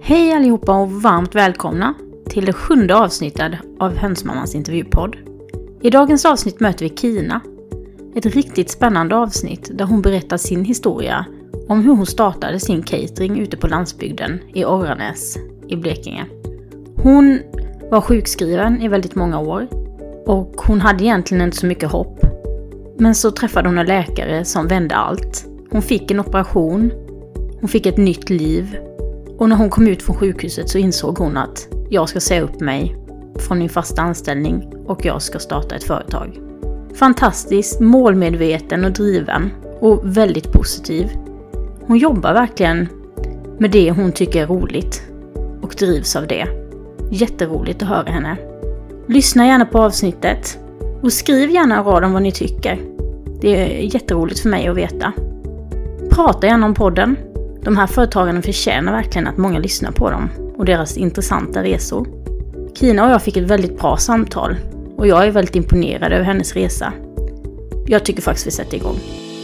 Hej allihopa och varmt välkomna till det 7:e avsnittet av Hönsmammans intervjupodd. I dagens avsnitt möter vi Kina. Ett riktigt spännande avsnitt där hon berättar sin historia om hur hon startade sin catering ute på landsbygden i Orranäs i Blekinge. Hon var sjukskriven i väldigt många år och hon hade egentligen inte så mycket hopp. Men så träffade hon en läkare som vände allt. Hon fick en operation, hon fick ett nytt liv. Och när hon kom ut från sjukhuset så insåg hon att jag ska säga upp mig från min fasta anställning och jag ska starta ett företag. Fantastiskt, målmedveten och driven och väldigt positiv. Hon jobbar verkligen med det hon tycker är roligt och drivs av det. Jätteroligt att höra henne. Lyssna gärna på avsnittet och skriv gärna en rad om vad ni tycker. Det är jätteroligt för mig att veta. Prata gärna om podden. De här företagarna förtjänar verkligen att många lyssnar på dem och deras intressanta resor. Kina och jag fick ett väldigt bra samtal och jag är väldigt imponerad över hennes resa. Jag tycker faktiskt vi sätter igång.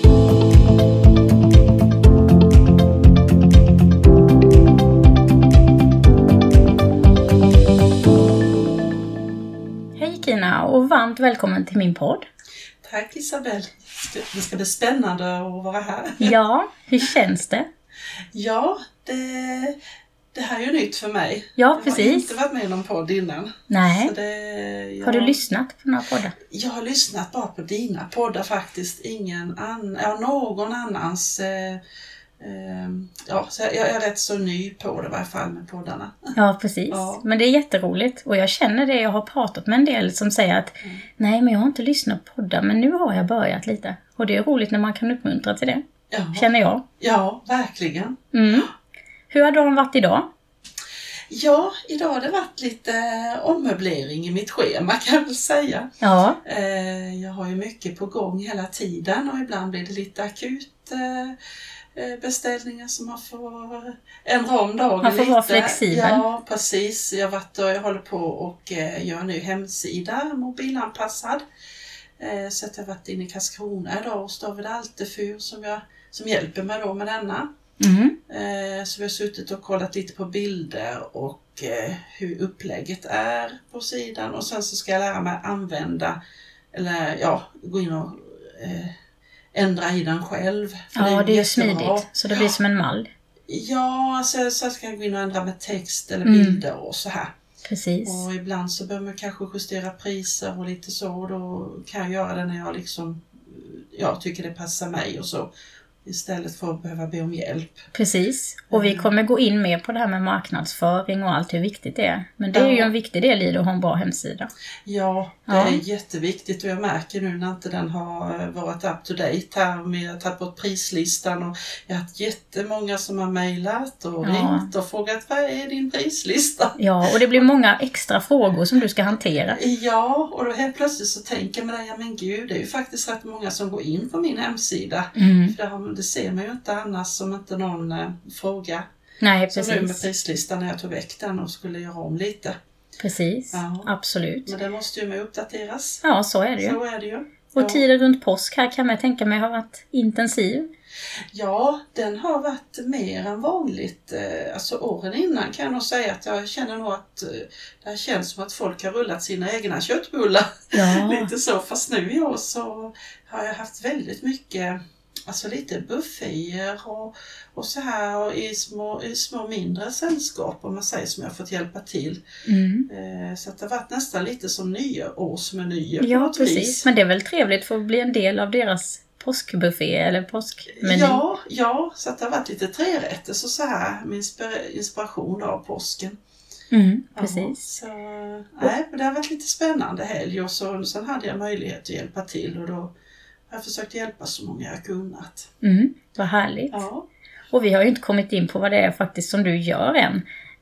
Hej Kina och varmt välkommen till min podd. Tack Isabelle. Det ska bli spännande att vara här. Ja, hur känns det? Ja, det här är ju nytt för mig. Ja, precis. Jag har inte varit med i någon podd innan. Nej. Så har du lyssnat på några poddar? Jag har lyssnat bara på dina poddar faktiskt. Någon annans. Så jag är rätt så ny på det i varje fall med poddarna. Ja, precis. Ja. Men det är jätteroligt. Och jag känner det. Jag har pratat med en del som säger att nej, men jag har inte lyssnat på poddar. Men nu har jag börjat lite. Och det är roligt när man kan uppmuntra till det. Jaha. Känner jag. Ja, verkligen. Mm. Hur har dagen varit idag? Ja, idag har det varit lite ommöblering i mitt schema kan jag väl säga. Ja. Jag har ju mycket på gång hela tiden och ibland blir det lite akut beställningar som man får ändra om dagen. Man får vara flexibel. Ja, precis. Jag håller på och gör en ny hemsida, mobilanpassad. Så att jag har varit inne i Karlskrona idag och David Altefur som hjälper mig då med denna. Mm. Så vi har suttit och kollat lite på bilder och hur upplägget är på sidan. Och sen så ska jag lära mig använda gå in och ändra i den själv. Ja, det är smidigt. Så det blir som en mall. Ja, så ska jag gå in och ändra med text eller bilder och så här. Precis. Och ibland så behöver man kanske justera priser och lite så. Och då kan jag göra det när jag tycker det passar mig och så. Istället för att behöva be om hjälp. Precis. Och vi kommer gå in mer på det här med marknadsföring och allt hur viktigt det är. Men det är ju en viktig del i det att ha en bra hemsida. Ja, det är jätteviktigt. Och jag märker nu när inte den har varit up to date här. Med att ta bort prislistan. Och jag har haft jättemånga som har mejlat och ringt och frågat vad är din prislista? Ja, och det blir många extra frågor som du ska hantera. Ja, och då helt plötsligt så tänker man men gud, det är ju faktiskt rätt många som går in på min hemsida. För det ser man ju inte annars som inte någon fråga. Nej, precis. Som nu med prislistan när jag tog väck den och skulle göra om lite. Precis, absolut. Men det måste ju med uppdateras. Ja, så är det ju. Så är det ju. Och tiden runt påsk här kan man tänka mig har varit intensiv. Ja, den har varit mer än vanligt. Alltså åren innan kan jag nog säga att jag känner nog att det här känns som att folk har rullat sina egna köttbullar. Ja. Lite så, fast nu i år så har jag haft väldigt mycket, alltså lite bufféer och så här och i små mindre sällskap om man säger som jag har fått hjälpa till. Så att det har varit nästan lite som nyårsmenyer. Ja, precis. Vis. Men det är väl trevligt för att bli en del av deras påskbuffé eller påskmeny? Ja, så att det har varit lite trerätter så här med inspiration av påsken. Precis. Så, men det har varit lite spännande helg och sen hade jag möjlighet att hjälpa till och då har jag försökt hjälpa så många jag kunnat. Vad härligt. Ja. Och vi har ju inte kommit in på vad det är faktiskt som du gör än.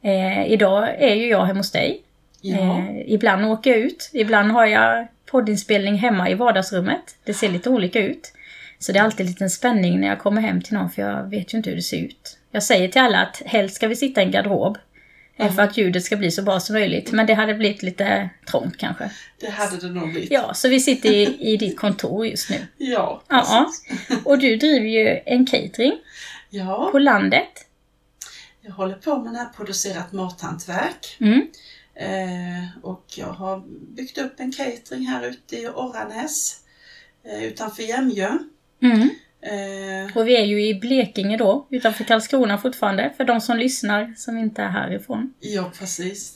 Idag är ju jag hemma hos dig. Ja. Ibland åker jag ut. Ibland har jag poddinspelning hemma i vardagsrummet. Det ser lite olika ut. Så det är alltid en liten spänning när jag kommer hem till någon för jag vet ju inte hur det ser ut. Jag säger till alla att helst ska vi sitta i en garderob. För att ljudet ska bli så bra som möjligt. Men det hade blivit lite trångt kanske. Det hade det nog blivit. Ja, så vi sitter i ditt kontor just nu. Ja, precis. Och du driver ju en catering på landet. Jag håller på med närproducerat mathantverk. Och jag har byggt upp en catering här ute i Orranäs. Utanför Jämjö. Och vi är ju i Blekinge då, utanför Karlskrona fortfarande, för de som lyssnar som inte är härifrån. Ja, precis.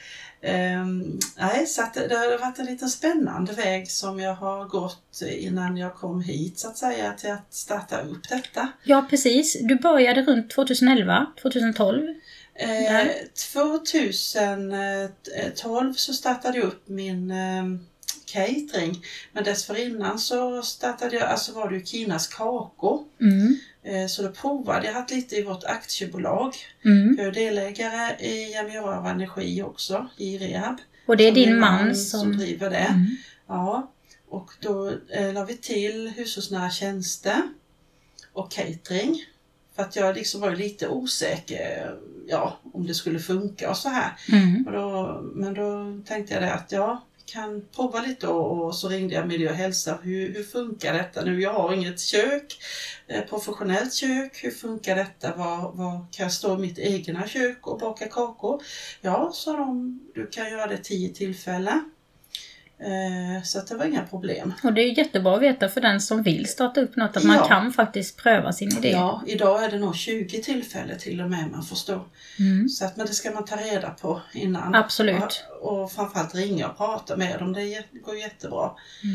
Så att det har varit en lite spännande väg som jag har gått innan jag kom hit så att säga till att starta upp detta. Ja, precis. Du började runt 2011, 2012. 2012 så startade jag upp min catering. Men dessförinnan så startade jag, alltså var det ju Kinas kakor. Så då provade jag haft lite i vårt aktiebolag. Jag är delägare i Jämjö Energi också, i Rehab. Och det är din man som driver det. Ja, och då la vi till hushållsnära tjänster och catering. För att jag liksom var lite osäker om det skulle funka och så här. Men då tänkte jag det att kan prova lite och så ringde jag miljö och hälsa. Hur funkar detta nu? Jag har inget kök, professionellt kök. Hur funkar detta? Vad kan jag stå i mitt egna kök och baka kakor? Ja, sa de, du kan göra det 10 tillfällen. Så att det var inga problem. Och det är jättebra att veta för den som vill starta upp något att man kan faktiskt pröva sin idé. Ja, idag är det nog 20 tillfällen till och med man förstår. Så att, men det ska man ta reda på innan. Absolut. Och framförallt ringa och prata med dem. Det går jättebra.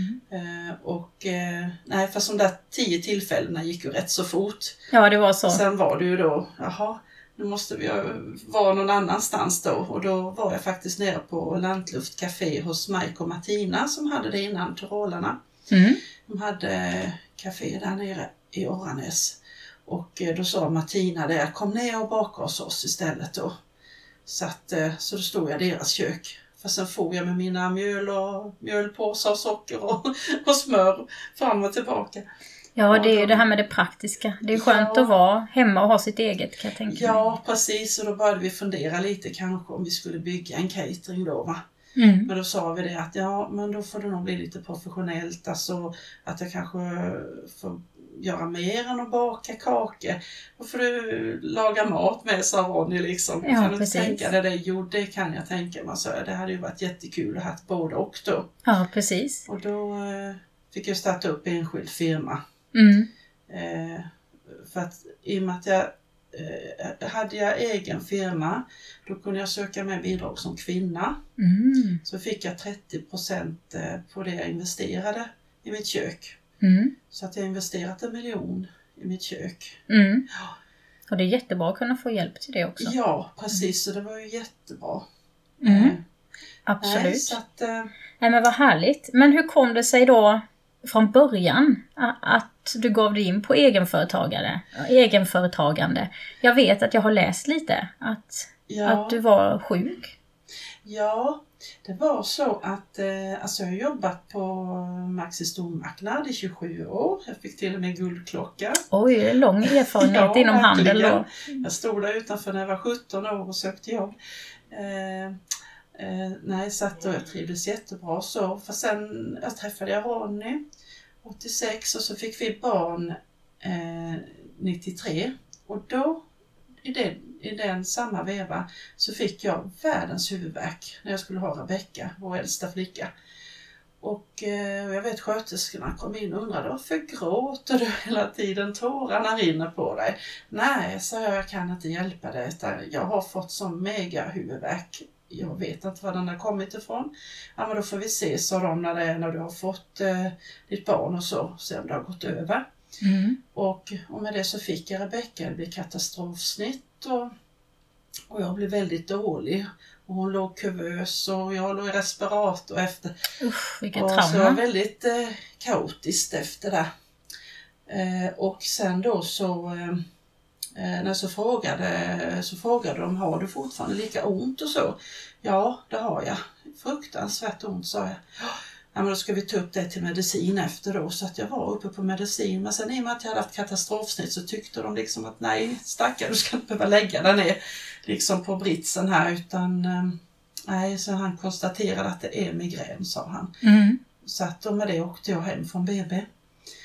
Fast de där 10 tillfällena gick ju rätt så fort. Ja, det var så. Sen var det ju då, nu måste vi vara någon annanstans då. Och då var jag faktiskt nere på Lantluftcafé hos Mike och Martina som hade det innan, Tyrolarna. De hade café där nere i Orranäs. Och då sa Martina det, kom ner och baka hos oss istället då. Så då stod jag i deras kök. För sen får jag med mina mjölpåsar och socker och smör fram och tillbaka. Ja, det är ju det här med det praktiska. Det är skönt att vara hemma och ha sitt eget, kan jag tänka mig. Ja, precis. Och då började vi fundera lite kanske om vi skulle bygga en catering då, va? Men då sa vi det att men då får det nog bli lite professionellt. Alltså att jag kanske får göra mer än att baka kakor. Då får du laga mat med, sa Ronny liksom. Ja, kan du tänka dig det? Jo, det kan jag tänka mig. Så det hade ju varit jättekul att ha både och då. Ja, precis. Och då fick jag starta upp enskild firma. För att i och med att hade jag egen firma, då kunde jag söka med bidrag som kvinna. Så fick jag 30% på det jag investerade i mitt kök. Så att jag investerat 1 miljon i mitt kök. Och det är jättebra att kunna få hjälp till det också. Ja, precis. Så det var ju jättebra. Absolut. Nej, så att, Nej, men vad härligt. Men hur kom det sig då från början att du gav dig in på egenföretagande? Jag vet att jag har läst lite att du var sjuk. Ja, det var så att jag har jobbat på Maxi stormarknad i 27 år. Jag fick till och med guldklocka. Oj, lång erfarenhet inom handel då. Jag stod där utanför när jag var 17 år och sökte jobb. Så jag trivdes jättebra så. För sen träffade jag Ronny 86 och så fick vi barn 93. Och då i den samma veva så fick jag världens huvudvärk när jag skulle ha Rebecka, vår äldsta flicka. Och jag vet sköterskorna kom in och undrade, varför gråter du hela tiden? Tårarna rinner på dig. Nej, så jag kan inte hjälpa dig. Jag har fått sån mega huvudvärk. Jag vet inte var den har kommit ifrån. Ja, men då får vi se, sa de, när du har fått ditt barn och så. Se om det har gått över. Och med det så fick jag Rebecka. Det blev katastrofsnitt och jag blev väldigt dålig. Och hon låg kuvös och jag låg i respirator efter. Vilket trauma. Så det var väldigt kaotiskt efter det. Och sen då så... när så frågade de, har du fortfarande lika ont och så? Ja, det har jag. Fruktansvärt ont, sa jag. Ja, men då ska vi ta upp det till medicin efter då. Så att jag var uppe på medicin. Men sen i och med att jag hade haft katastrofsnitt så tyckte de liksom att nej, stackare, du ska inte behöva lägga den ner liksom på britsen här. Utan nej, så han konstaterade att det är migrän, sa han. Så att med det åkte jag hem från BB.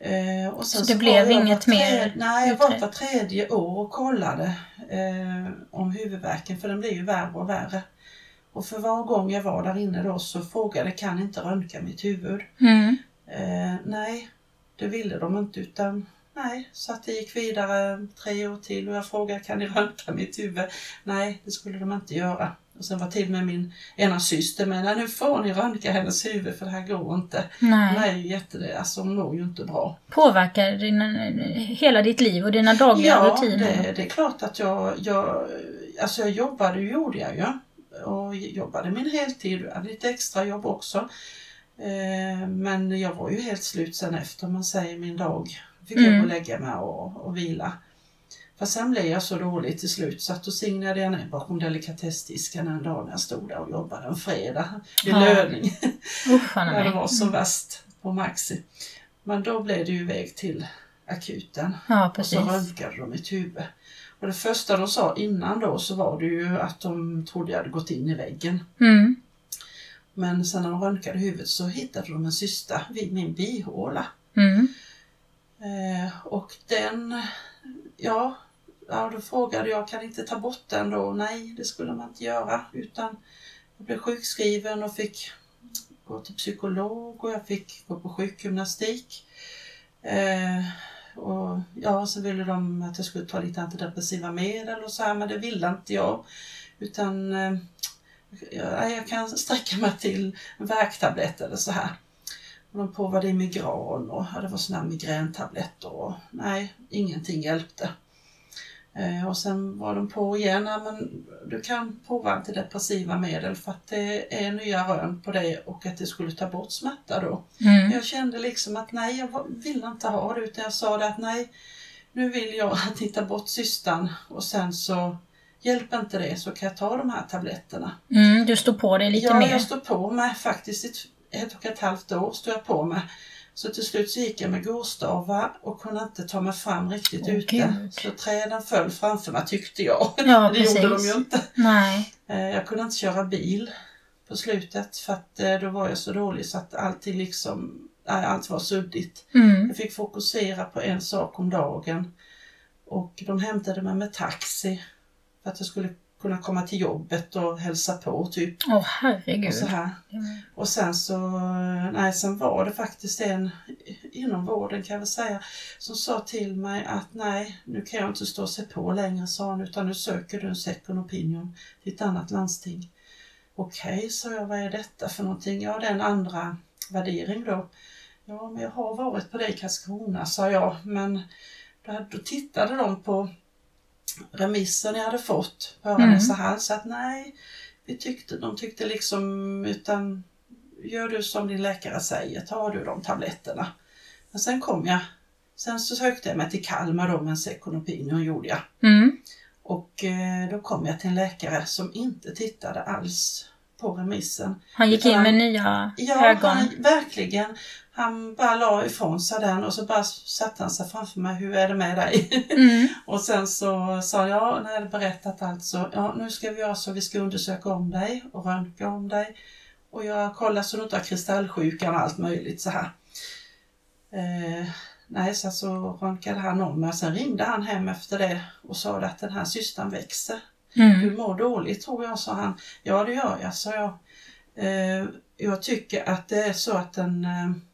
Och sen så det blev inget mer? Nej, jag var var 3:e år och kollade om huvudvärken, för den blev ju värre och värre. Och för var gång jag var där inne då så frågade, kan inte röntga mitt huvud? Nej, det ville de inte, utan nej, så att det gick vidare 3 år till och jag frågade, kan ni röntga mitt huvud? Nej, det skulle de inte göra. Och sen var till med min ena syster, men nu får ni röntga hennes huvud för det här går inte. Nej, alltså hon mår ju inte bra. Påverkar hela ditt liv och dina dagliga rutiner? Ja, det är klart att jag jobbade, gjorde jag ju. Och jobbade min heltid, jag hade lite extra jobb också. Men jag var ju helt slut sen efter, man säger, min dag. Fick jag gå och lägga mig och vila. För sen blev jag så dålig till slut så att då signade jag ner bakom delikatessdisken en dag när jag stod där och jobbade en fredag i löning. När det var som värst på Maxi. Men då blev det ju väg till akuten. Ja, precis. Och så röntgade de mitt huvud. Och det första de sa innan då så var det ju att de trodde jag hade gått in i väggen. Men sen när de röntgade huvudet så hittade de en cysta vid min bihåla. Och den, då frågade jag, kan inte ta bort den då? Nej, det skulle man inte göra, utan jag blev sjukskriven och fick gå till psykolog och jag fick gå på sjukgymnastik. Och så ville de att jag skulle ta lite antidepressiva medel och så här, men det ville inte jag. Utan jag kan sträcka mig till värktabletter eller så här. Och de provade i migran och det var såna här migräntabletter och nej, ingenting hjälpte. Och sen var de på igen, men du kan prova antidepressiva medel för att det är nya rön på det och att det skulle ta bort smärta då. Jag kände liksom att nej, jag vill inte ha det, utan jag sa det att nej, nu vill jag att ni tar bort cystan och sen så hjälper inte det så kan jag ta de här tabletterna. Du stod på det lite mer? Ja, jag stod på mig faktiskt 1,5 år stod jag på mig. Så till slut så gick jag med gåstavar och kunde inte ta mig fram riktigt ute. Gud. Så träden föll framför mig tyckte jag. Ja, det gjorde de ju inte. Nej. Jag kunde inte köra bil på slutet för att då var jag så dålig så att allt var suddigt. Jag fick fokusera på en sak om dagen. Och de hämtade mig med taxi för att jag skulle kunna komma till jobbet och hälsa på typ. Herregud. Och så här. Och sen sen var det faktiskt en inom vården kan jag väl säga som sa till mig att nej, nu kan jag inte stå och se på längre, sa han, utan nu söker du en second opinion till ett annat landsting. Okej, sa jag, vad är detta för någonting? Ja, det är en andra värdering då. Ja, men jag har varit på det i Karlskrona, sa jag, men då tittade de på remissen jag hade fått på så här, så att nej, de tyckte liksom, utan gör du som din läkare säger, tar du de tabletterna. Men sen så sökte jag mig till Kalmar då med en second opinion gjorde jag. Och då kom jag till en läkare som inte tittade alls på remissen. Han gick in med nya ögon. Ja, verkligen. Han bara la ifrån sig den och så bara satte han sig framför mig, hur är det med dig? Och sen så sa jag, när jag hade berättat allt så, nu ska vi göra så, vi ska undersöka om dig och röntga om dig. Och jag kollar så du inte har kristallsjukan och allt möjligt så här. Så röntgade han om mig. Sen ringde han hem efter det och sa att den här cystan växer. Du mår dåligt tror jag, sa han. Ja, det gör jag, sa jag. Jag tycker att det är så att den...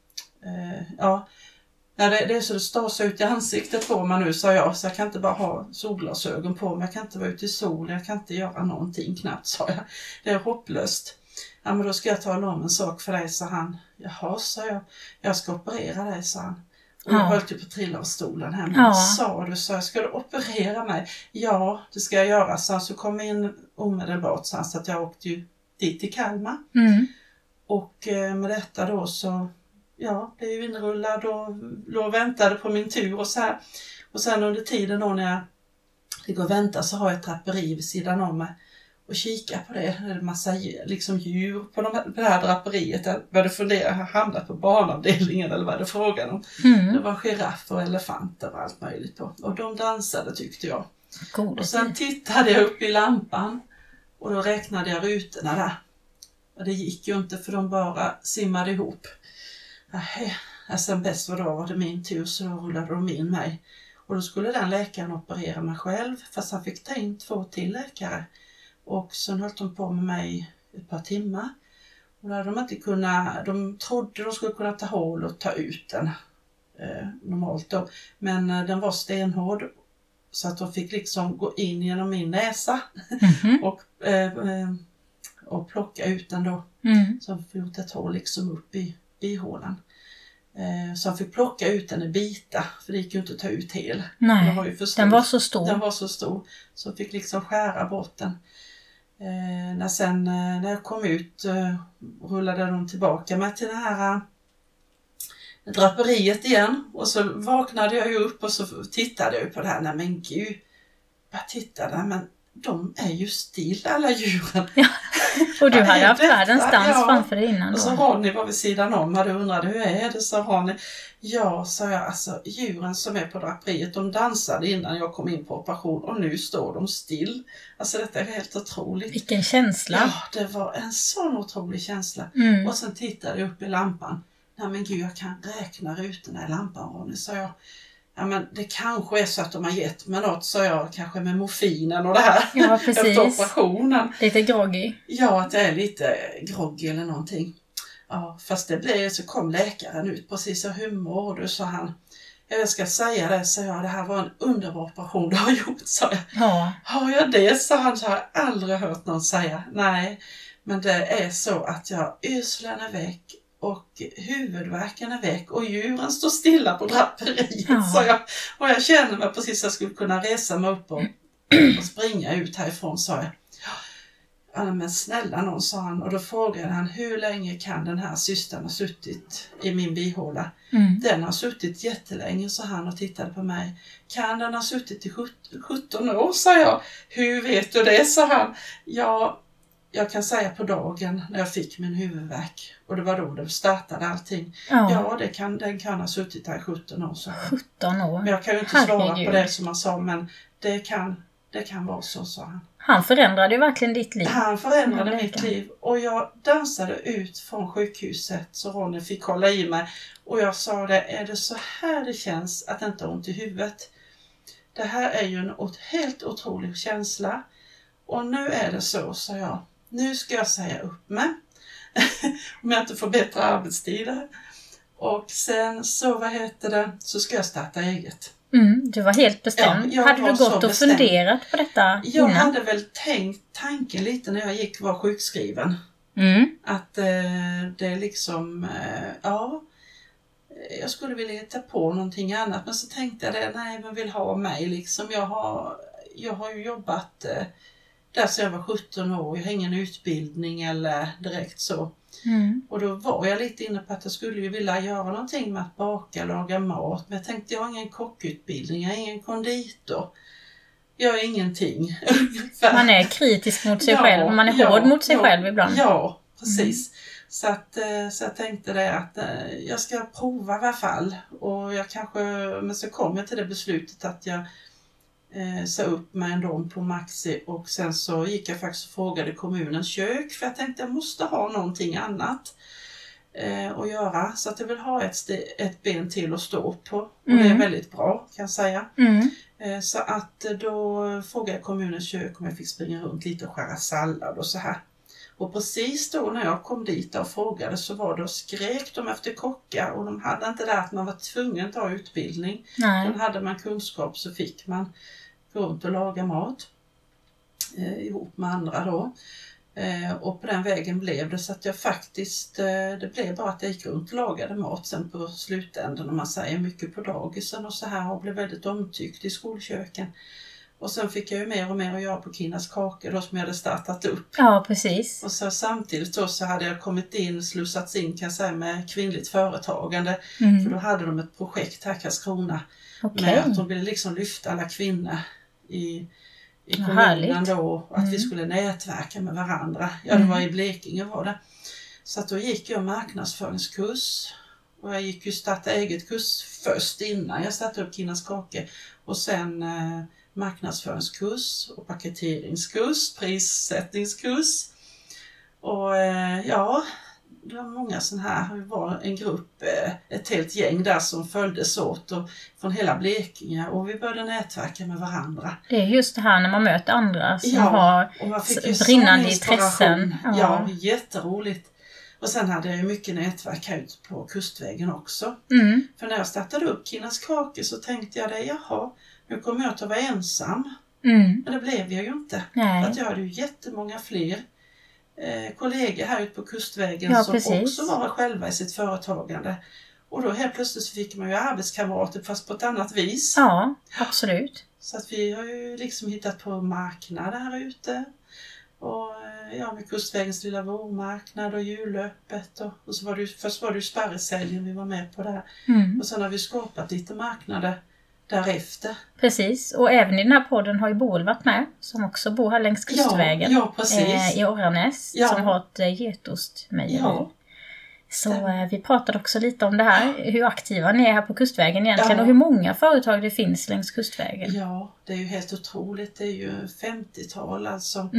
det är så det står så ut i ansiktet på mig nu, sa jag. Så jag kan inte bara ha solglasögon på mig. Jag kan inte vara ute i solen. Jag kan inte göra någonting knappt, sa jag. Det är hopplöst. Ja, men då ska jag tala om en sak för dig, sa han. Jaha, sa jag. Jag ska operera dig, sa han. Och jag höll typ på att trilla av stolen hemma. Ja. Sa du, så jag ska du operera mig? Ja, det ska jag göra. Så kom jag in omedelbart, så att jag åkte ju dit till Kalmar. Och med detta då så, blev ju inrullad och väntade på min tur och så här. Och sen under tiden då när jag ligger och väntar så har jag ett draperi vid sidan om mig. Och kika på det, det är en massa djur på det här draperiet. Jag började fundera, jag hamnat på barnavdelningen eller vad det frågan om. Det var giraffer och elefanter och allt möjligt på. Och de dansade tyckte jag. Och sen tittade jag upp i lampan och då räknade jag rutorna där. Och det gick ju inte för de bara simmade ihop. sen bäst var det min tur, så då rullade de in mig. Och då skulle den läkaren operera mig själv, fast han fick ta in 2 till läkare. Och sen höll de på med mig ett par timmar. Och då hade de inte kunnat, de trodde de skulle kunna ta hål och ta ut den normalt då. Men den var stenhård, så att de fick liksom gå in genom min näsa och plocka ut den då. Så de fick gjort ett hål liksom upp i bihålan. Så han fick plocka ut den i bitar, för det gick ju inte att ta ut hel. Nej, den var så stor. Den var så stor, så fick liksom skära bort den. När jag kom ut rullade de tillbaka mig till det här draperiet igen. Och så vaknade jag ju upp och så tittade jag på det här. Nej men gud, jag tittade, men de är ju still alla djuren. Ja. Och du hade haft världens dans framför dig innan då. Och så Ronny var vid sidan om och undrade, hur är det? Så Ronny, ja, sa jag, alltså djuren som är på draperiet, de dansade innan jag kom in på operation och nu står de still. Alltså detta är helt otroligt. Vilken känsla. Ja, det var en sån otrolig känsla. Och sen tittade jag upp i lampan. Nej men gud, jag kan räkna rutorna i lampan, Ronny, sa jag. Ja, men det kanske är så att de har gett mig något, så jag kanske med morfinen och det här. Ja, precis. Efter operationen. Lite groggy. Ja, att jag är lite groggy eller någonting. Ja, fast det blev, så kom läkaren ut precis, och hur mår du, sa han. Jag ska säga det, sa jag, det här var en underbar operation du har gjort, sa jag. Ja. Har jag det, sa han, så har jag aldrig hört någon säga. Nej, men det är så att jag yrslan är väck. Och huvudvärken är väck och djuren står stilla på draperiet, sa jag. Och jag känner mig precis att jag skulle kunna resa mig upp och springa ut härifrån, sa jag. Ja, men snälla någon, sa han. Och då frågade han, hur länge kan den här systern ha suttit i min bihåla? Den har suttit jättelänge, sa han och tittade på mig. Kan den ha suttit i 17 år, sa jag. Hur vet du det, sa han. Ja, jag kan säga på dagen när jag fick min huvudvärk. Och det var då det startade allting. Ja, den kan ha suttit här i 17 år. Så. 17 år? Men jag kan ju inte svara på det som han sa, men det kan vara så, sa han. Han förändrade ju verkligen ditt liv. Han förändrade mitt liv. Och jag dansade ut från sjukhuset, så Ronny fick hålla i mig. Och jag sa det, är det så här det känns att inte ha ont i huvudet? Det här är ju en helt otrolig känsla. Och nu är det så, sa jag. Nu ska jag säga upp mig. Om jag inte får bättre arbetstider. Och sen så, så ska jag starta eget. Du var helt bestämd. Ja, hade du gått och funderat på detta innan? Jag hade väl tänkt tanken lite när jag var sjukskriven. Att det liksom, jag skulle vilja ta på någonting annat. Men så tänkte jag nej, men vill ha mig liksom. Jag har ju jobbat där sedan jag var 17 år. Jag har ingen utbildning eller direkt så. Och då var jag lite inne på att jag skulle ju vilja göra någonting med att baka, laga mat. Men jag tänkte, jag har ingen kockutbildning, jag är ingen konditor. Jag är ingenting. Man är kritisk mot sig själv, man är hård mot sig själv ibland. Ja, precis. Så jag tänkte det att jag ska prova i alla fall. Och men så kom jag till det beslutet att jag sa upp mig ändå på Maxi, och sen så gick jag faktiskt och frågade kommunens kök, för jag tänkte jag måste ha någonting annat att göra, så att jag vill ha ett ben till att stå på, och det är väldigt bra, kan jag säga. Så att då frågade jag kommunens kök om jag fick springa runt lite och skära sallad och så här. Och precis då när jag kom dit och frågade, så var det och skrek de efter kockar, och de hade inte det att man var tvungen att ta utbildning. Den hade man kunskap, så fick man gå runt och laga mat ihop med andra då. Och på den vägen blev det, så att jag faktiskt, det blev bara att jag gick runt och lagade mat sen på slutändan, om man säger, mycket på dagisen och så här, och blev väldigt omtyckt i skolköken. Och sen fick jag ju mer och mer att göra på Kinas kakor då, som jag hade startat upp. Ja, precis. Och så samtidigt då så hade jag slussats in, kan jag säga, med kvinnligt företagande. För då hade de ett projekt här i Karlskrona. Med att de ville liksom lyfta alla kvinnor i kommunen då. Att vi skulle nätverka med varandra. Ja, det var i Blekinge var det. Så att då gick jag marknadsföringskurs. Och jag gick ju starta eget kurs först innan jag startade upp Kinas kakor. Och sen marknadsföringskurs och paketeringskurs, prissättningskurs. Och det var många sådana här, vi var en grupp, ett helt gäng där som följdes åt och från hela Blekinge och vi började nätverka med varandra. Det är just det här när man möter andra som har och man fick brinnande intressen. Ja, jätteroligt. Och sen hade jag ju mycket nätverk här ute på kustvägen också. För när jag startade upp Kinnas Kake så tänkte jag jaha, nu kommer jag att vara ensam. Men det blev jag ju inte. Nej. För att jag hade ju jättemånga fler kollegor här ute på kustvägen som också var själva i sitt företagande. Och då helt plötsligt så fick man ju arbetskamrater fast på ett annat vis. Ja, absolut. Så att vi har ju liksom hittat på marknader här ute. Och med kustvägens lilla vårmarknad och julöppet. Och så var det ju, först var det ju Sparresäljen vi var med på där. Och sen har vi skapat lite marknader därefter. Precis, och även i den här podden har ju Boel varit med, som också bor här längs kustvägen. Ja, precis. I Orranäs, som har ett getostmejeri. Ja. Så vi pratade också lite om det här, hur aktiva ni är här på kustvägen egentligen och hur många företag det finns längs kustvägen. Ja, det är ju helt otroligt. Det är ju 50-tal alltså.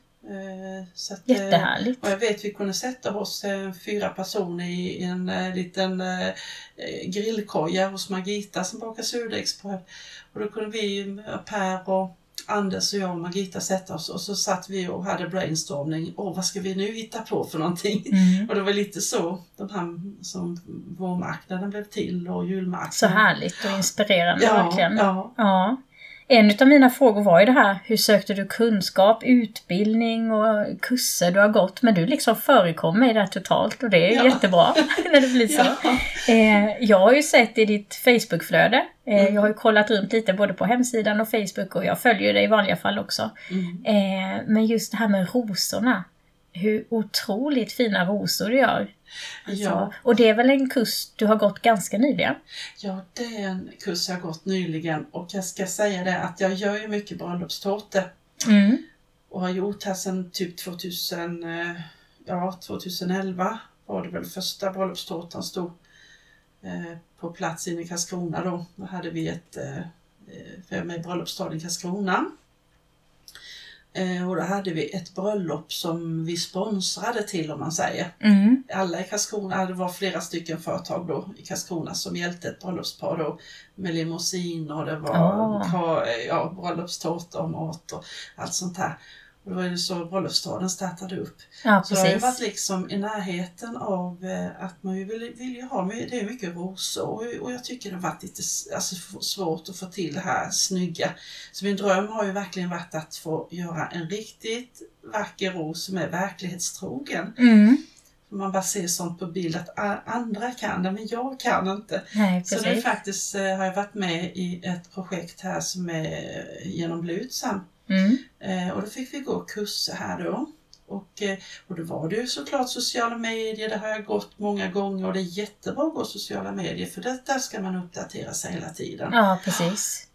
Så att, jättehärligt. Och jag vet vi kunde sätta oss 4 personer i en liten grillkoja hos Margita som bakar surdegsbröd. Och då kunde vi, Per och Anders och jag och Margita sätta oss och så satt vi och hade brainstorming. Vad ska vi nu hitta på för någonting? Och det var lite så de här som vårmarknaden blev till och julmarknaden. Så härligt och inspirerande verkligen. Ja. En av mina frågor var ju det här, hur sökte du kunskap, utbildning och kurser du har gått, men du liksom förekommer i det här totalt och det är jättebra när det blir så. Jag har ju sett i ditt Facebookflöde, jag har ju kollat runt lite både på hemsidan och Facebook och jag följer det i vanliga fall också. Men just det här med rosorna, hur otroligt fina rosor du gör. Alltså, och det är väl en kurs du har gått ganska nyligen? Ja, det är en kurs jag har gått nyligen och jag ska säga det att jag gör ju mycket bröllopstårtor. Och har gjort här sedan typ 2011 var det väl första bröllopstårtan stod på plats inne i Karlskrona då. Då hade vi med bröllopsstaden i Karlskrona. Och då hade vi ett bröllop som vi sponsrade till om man säger. Alla i Karlskrona, det var flera stycken företag då i Karlskrona som hjälpte ett bröllopspar då med limousin och det var bröllopstårta och mat och allt sånt här. Och då var det så bröllopsstaden startade upp. Ja, så det har ju varit liksom i närheten av att man vill ju ha, det är mycket rosor och jag tycker det har varit lite svårt att få till det här snygga. Så min dröm har ju verkligen varit att få göra en riktigt vacker ros som är verklighetstrogen. Man bara ser sånt på bild att andra kan det men jag kan inte. Nej, så nu faktiskt har jag varit med i ett projekt här som är genom Blutsam. Och då fick vi gå kurser här då. Och då var det ju såklart sociala medier, det har jag gått många gånger och det är jättebra att gå sociala medier för där ska man uppdatera sig hela tiden. Ja, precis.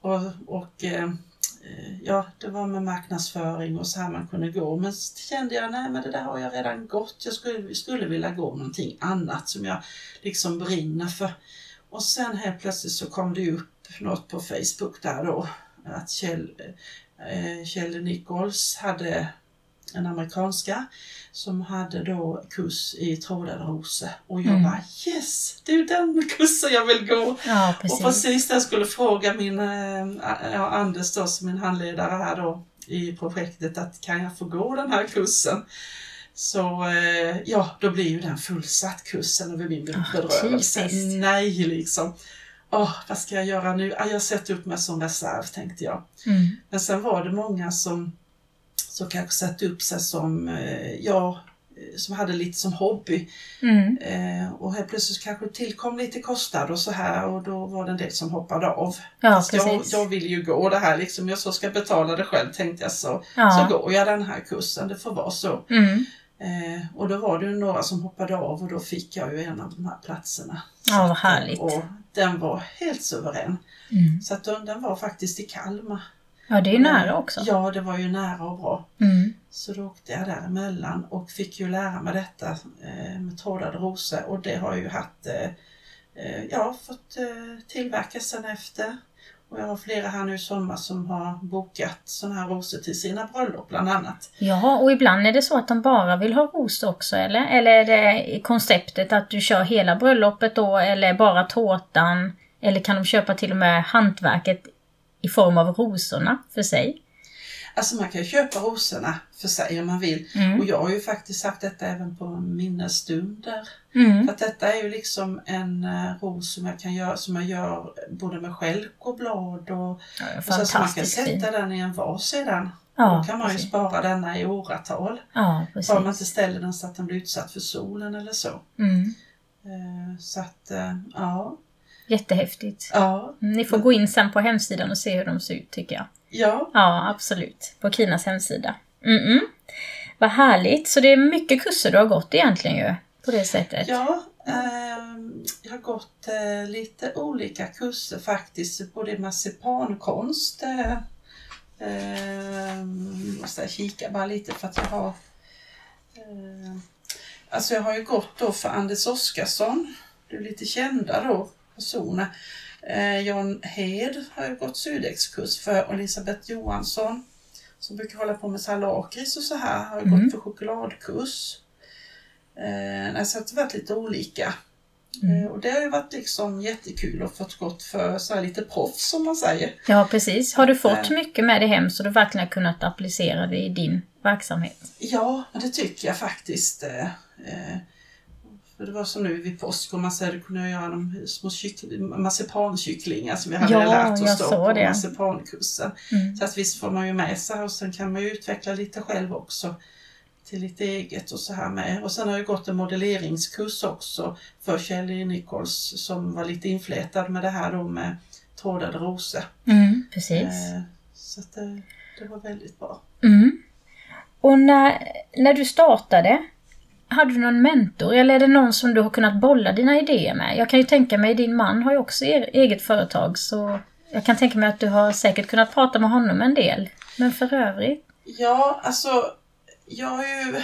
Det var med marknadsföring och så här man kunde gå. Men så kände jag, nej men det där har jag redan gått. Jag skulle vilja gå någonting annat som jag liksom brinner för. Och sen helt plötsligt så kom det upp något på Facebook där då. Att Kjell Nichols hade en amerikanska som hade då kurs i trådade rosor. Och jag bara, yes, det är den kursen jag vill gå. Ja, precis. Och precis där jag skulle fråga min Anders då, som min handledare här då i projektet, att kan jag få gå den här kursen? Så då blir ju den fullsatt kursen över min bedrövelse. Nej liksom. Vad ska jag göra nu? Jag sätter upp mig som reserv, tänkte jag. Men sen var det många som kanske satte upp sig som hade lite som hobby. Och helt plötsligt kanske tillkom lite kostnad och så här. Och då var det en del som hoppade av. Ja, jag vill ju gå det här liksom. Jag så ska betala det själv, tänkte jag. Så går jag den här kursen. Det får vara så. Och då var det ju några som hoppade av och då fick jag ju en av de här platserna. Ja, vad härligt. Och den var helt suverän. Så att den var faktiskt i Kalmar. Ja, det är ju nära också. Ja, det var ju nära och bra. Så då åkte jag däremellan och fick ju lära mig detta med trådade rosor. Och det har ju fått tillverkas sen efter. Och jag har flera här nu i sommar som har bokat sådana här rosor till sina bröllop bland annat. Ja, och ibland är det så att de bara vill ha rosor också, eller? Eller är det konceptet att du kör hela bröllopet då, eller bara tårtan? Eller kan de köpa till och med hantverket i form av rosorna för sig? Alltså man kan ju köpa rosorna för sig om man vill. Och jag har ju faktiskt sagt detta även på minnesstunder. För att detta är ju liksom en ros som jag kan göra, som jag gör både med skälk och blad. Och så man kan sätta den i en vas sedan. Ja, då kan man ju spara denna i åratal. Ja, precis. Bara man inte ställer den så att den blir utsatt för solen eller så. Så att, ja. Jättehäftigt. Ja. Ni får gå in sen på hemsidan och se hur de ser ut, tycker jag. Ja. Ja, absolut. På Kinas hemsida. Vad härligt. Så det är mycket kurser du har gått egentligen ju, på det sättet. Ja, jag har gått lite olika kurser faktiskt. Både marsipankonst. Måste jag kika bara lite för att jag har... alltså jag har ju gått då för Anders Oskarsson. Du är lite kända då, personer. Jan Hed har jag gått Sudexkurs för, och Elisabeth Johansson som brukar hålla på med salakris och så här har jag gått för chokladkurs. Så det har varit lite olika. Och det har ju varit liksom jättekul att fått gått för så här lite proffs som man säger. Ja, precis. Har du fått mycket med dig hem så du verkligen kunnat applicera det i din verksamhet? Ja, det tycker jag faktiskt. För det var som nu vid påsk, om man säger, kunde jag göra de små marsipankycklingar som vi hade lärt oss då på marsipankursen. Så att visst får man ju med sig, och sen kan man ju utveckla lite själv också till lite eget och så här med. Och sen har jag gått en modelleringskurs också för Kjell Nichols som var lite inflätad med det här då med trådade rosor. Precis. Så att det var väldigt bra. Och när du startade, hade du någon mentor eller är det någon som du har kunnat bolla dina idéer med? Jag kan ju tänka mig, din man har ju också eget företag, så jag kan tänka mig att du har säkert kunnat prata med honom en del. Men för övrigt? Ja, alltså jag har ju...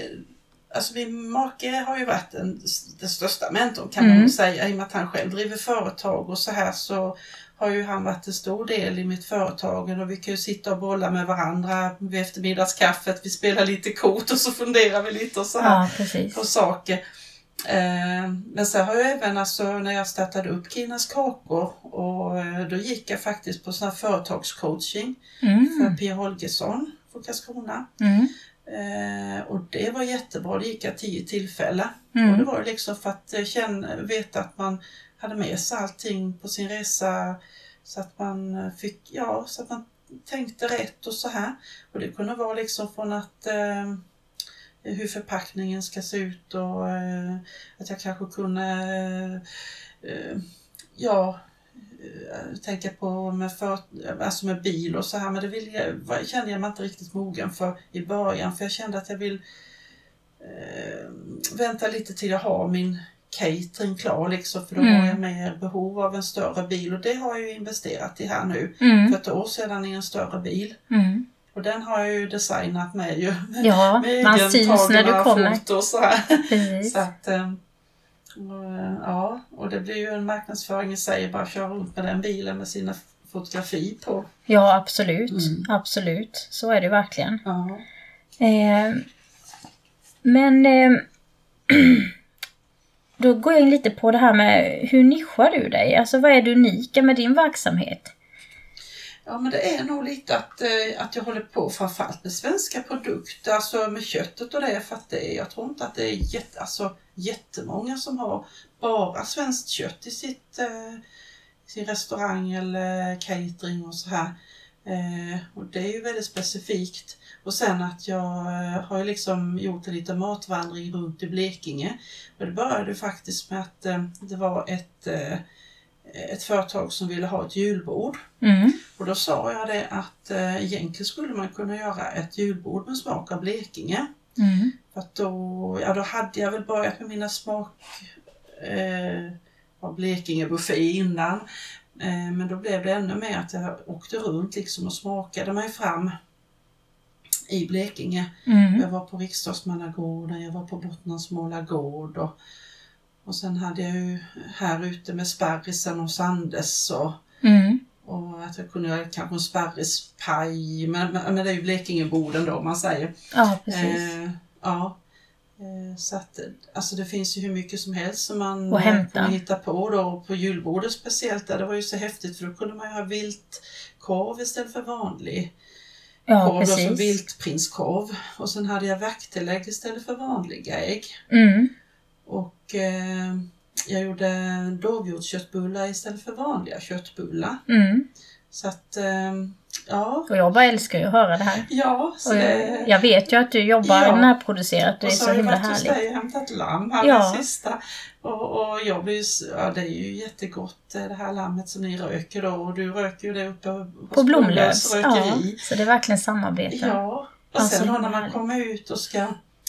min make har ju varit den största mentorn kan man säga, i och med att han själv driver företag och så här, så har ju han varit en stor del i mitt företag, och vi kan ju sitta och bolla med varandra vid eftermiddagskaffet, vi spelar lite kort och så funderar vi lite och så här på saker. Men så har jag även när jag startade upp Kinas kakor, och då gick jag faktiskt på sån här företagscoaching för Pia Holgersson för Karlskrona. Och det var jättebra, det gick jag 10 tillfällen. Och det var ju liksom för att veta att man hade med sig allting på sin resa, så att man fick, så att man tänkte rätt och så här. Och det kunde vara liksom från att hur förpackningen ska se ut, och att jag kanske kunde tänka på med bil och så här, men det kände jag mig inte riktigt mogen för i början, för jag kände att jag vill vänta lite till jag har min catering klar liksom, för då har jag mer behov av en större bil, och det har jag ju investerat i här nu för ett år sedan, i en större bil. Och den har jag ju designat med ju. Ja, med man syns när du kommer. Och så här. Så att, och det blir ju en marknadsföring i sig, bara köra runt med den bilen med sina fotografi på. Ja, absolut. Absolut. Så är det verkligen. Ja. Men då går jag in lite på det här med hur nischar du dig? Alltså vad är det unika med din verksamhet? Ja, men det är nog lite att jag håller på framförallt med svenska produkter, alltså med köttet och det, för att jag tror inte att det är jättemånga som har bara svenskt kött i sin restaurang eller catering och så här. Och det är ju väldigt specifikt. Och sen att jag har ju liksom gjort en liten matvandring runt i Blekinge. Och det började faktiskt med att det var ett företag som ville ha ett julbord. Och då sa jag det att egentligen skulle man kunna göra ett julbord med smak av Blekinge. För att då hade jag väl börjat med mina av Blekinge-buffé innan. Men då blev det ännu mer att jag åkte runt liksom och smakade mig fram i Blekinge. Jag var på Riksdagsmannagården, jag var på Bottnansmåla gård, och sen hade jag ju här ute med Sparrisen och Sandes och och att jag kunde göra kanske en sparrispaj, men det är ju Blekingeboden då man säger. Ja, precis. Så att, alltså det finns ju hur mycket som helst som man kan hitta på då, på julbordet speciellt där, det var ju så häftigt för då kunde man ju ha viltkorv istället för vanlig korv, då, som viltprinskorv, och sen hade jag vaktelägg istället för vanliga ägg. Och jag gjorde dovhjortsköttbullar istället för vanliga köttbullar. Så att och jag bara älskar ju att höra det här. Ja, så jag vet ju att du jobbar närproducerat. Det är så himla härligt. Och så har jag hämtat lamm här den sista. Och jag blir det är ju jättegott det här lammet som ni röker då. Och du röker ju det uppe på Blomlövs. Så det är verkligen samarbete. Ja, och sen då när man kommer ut och ska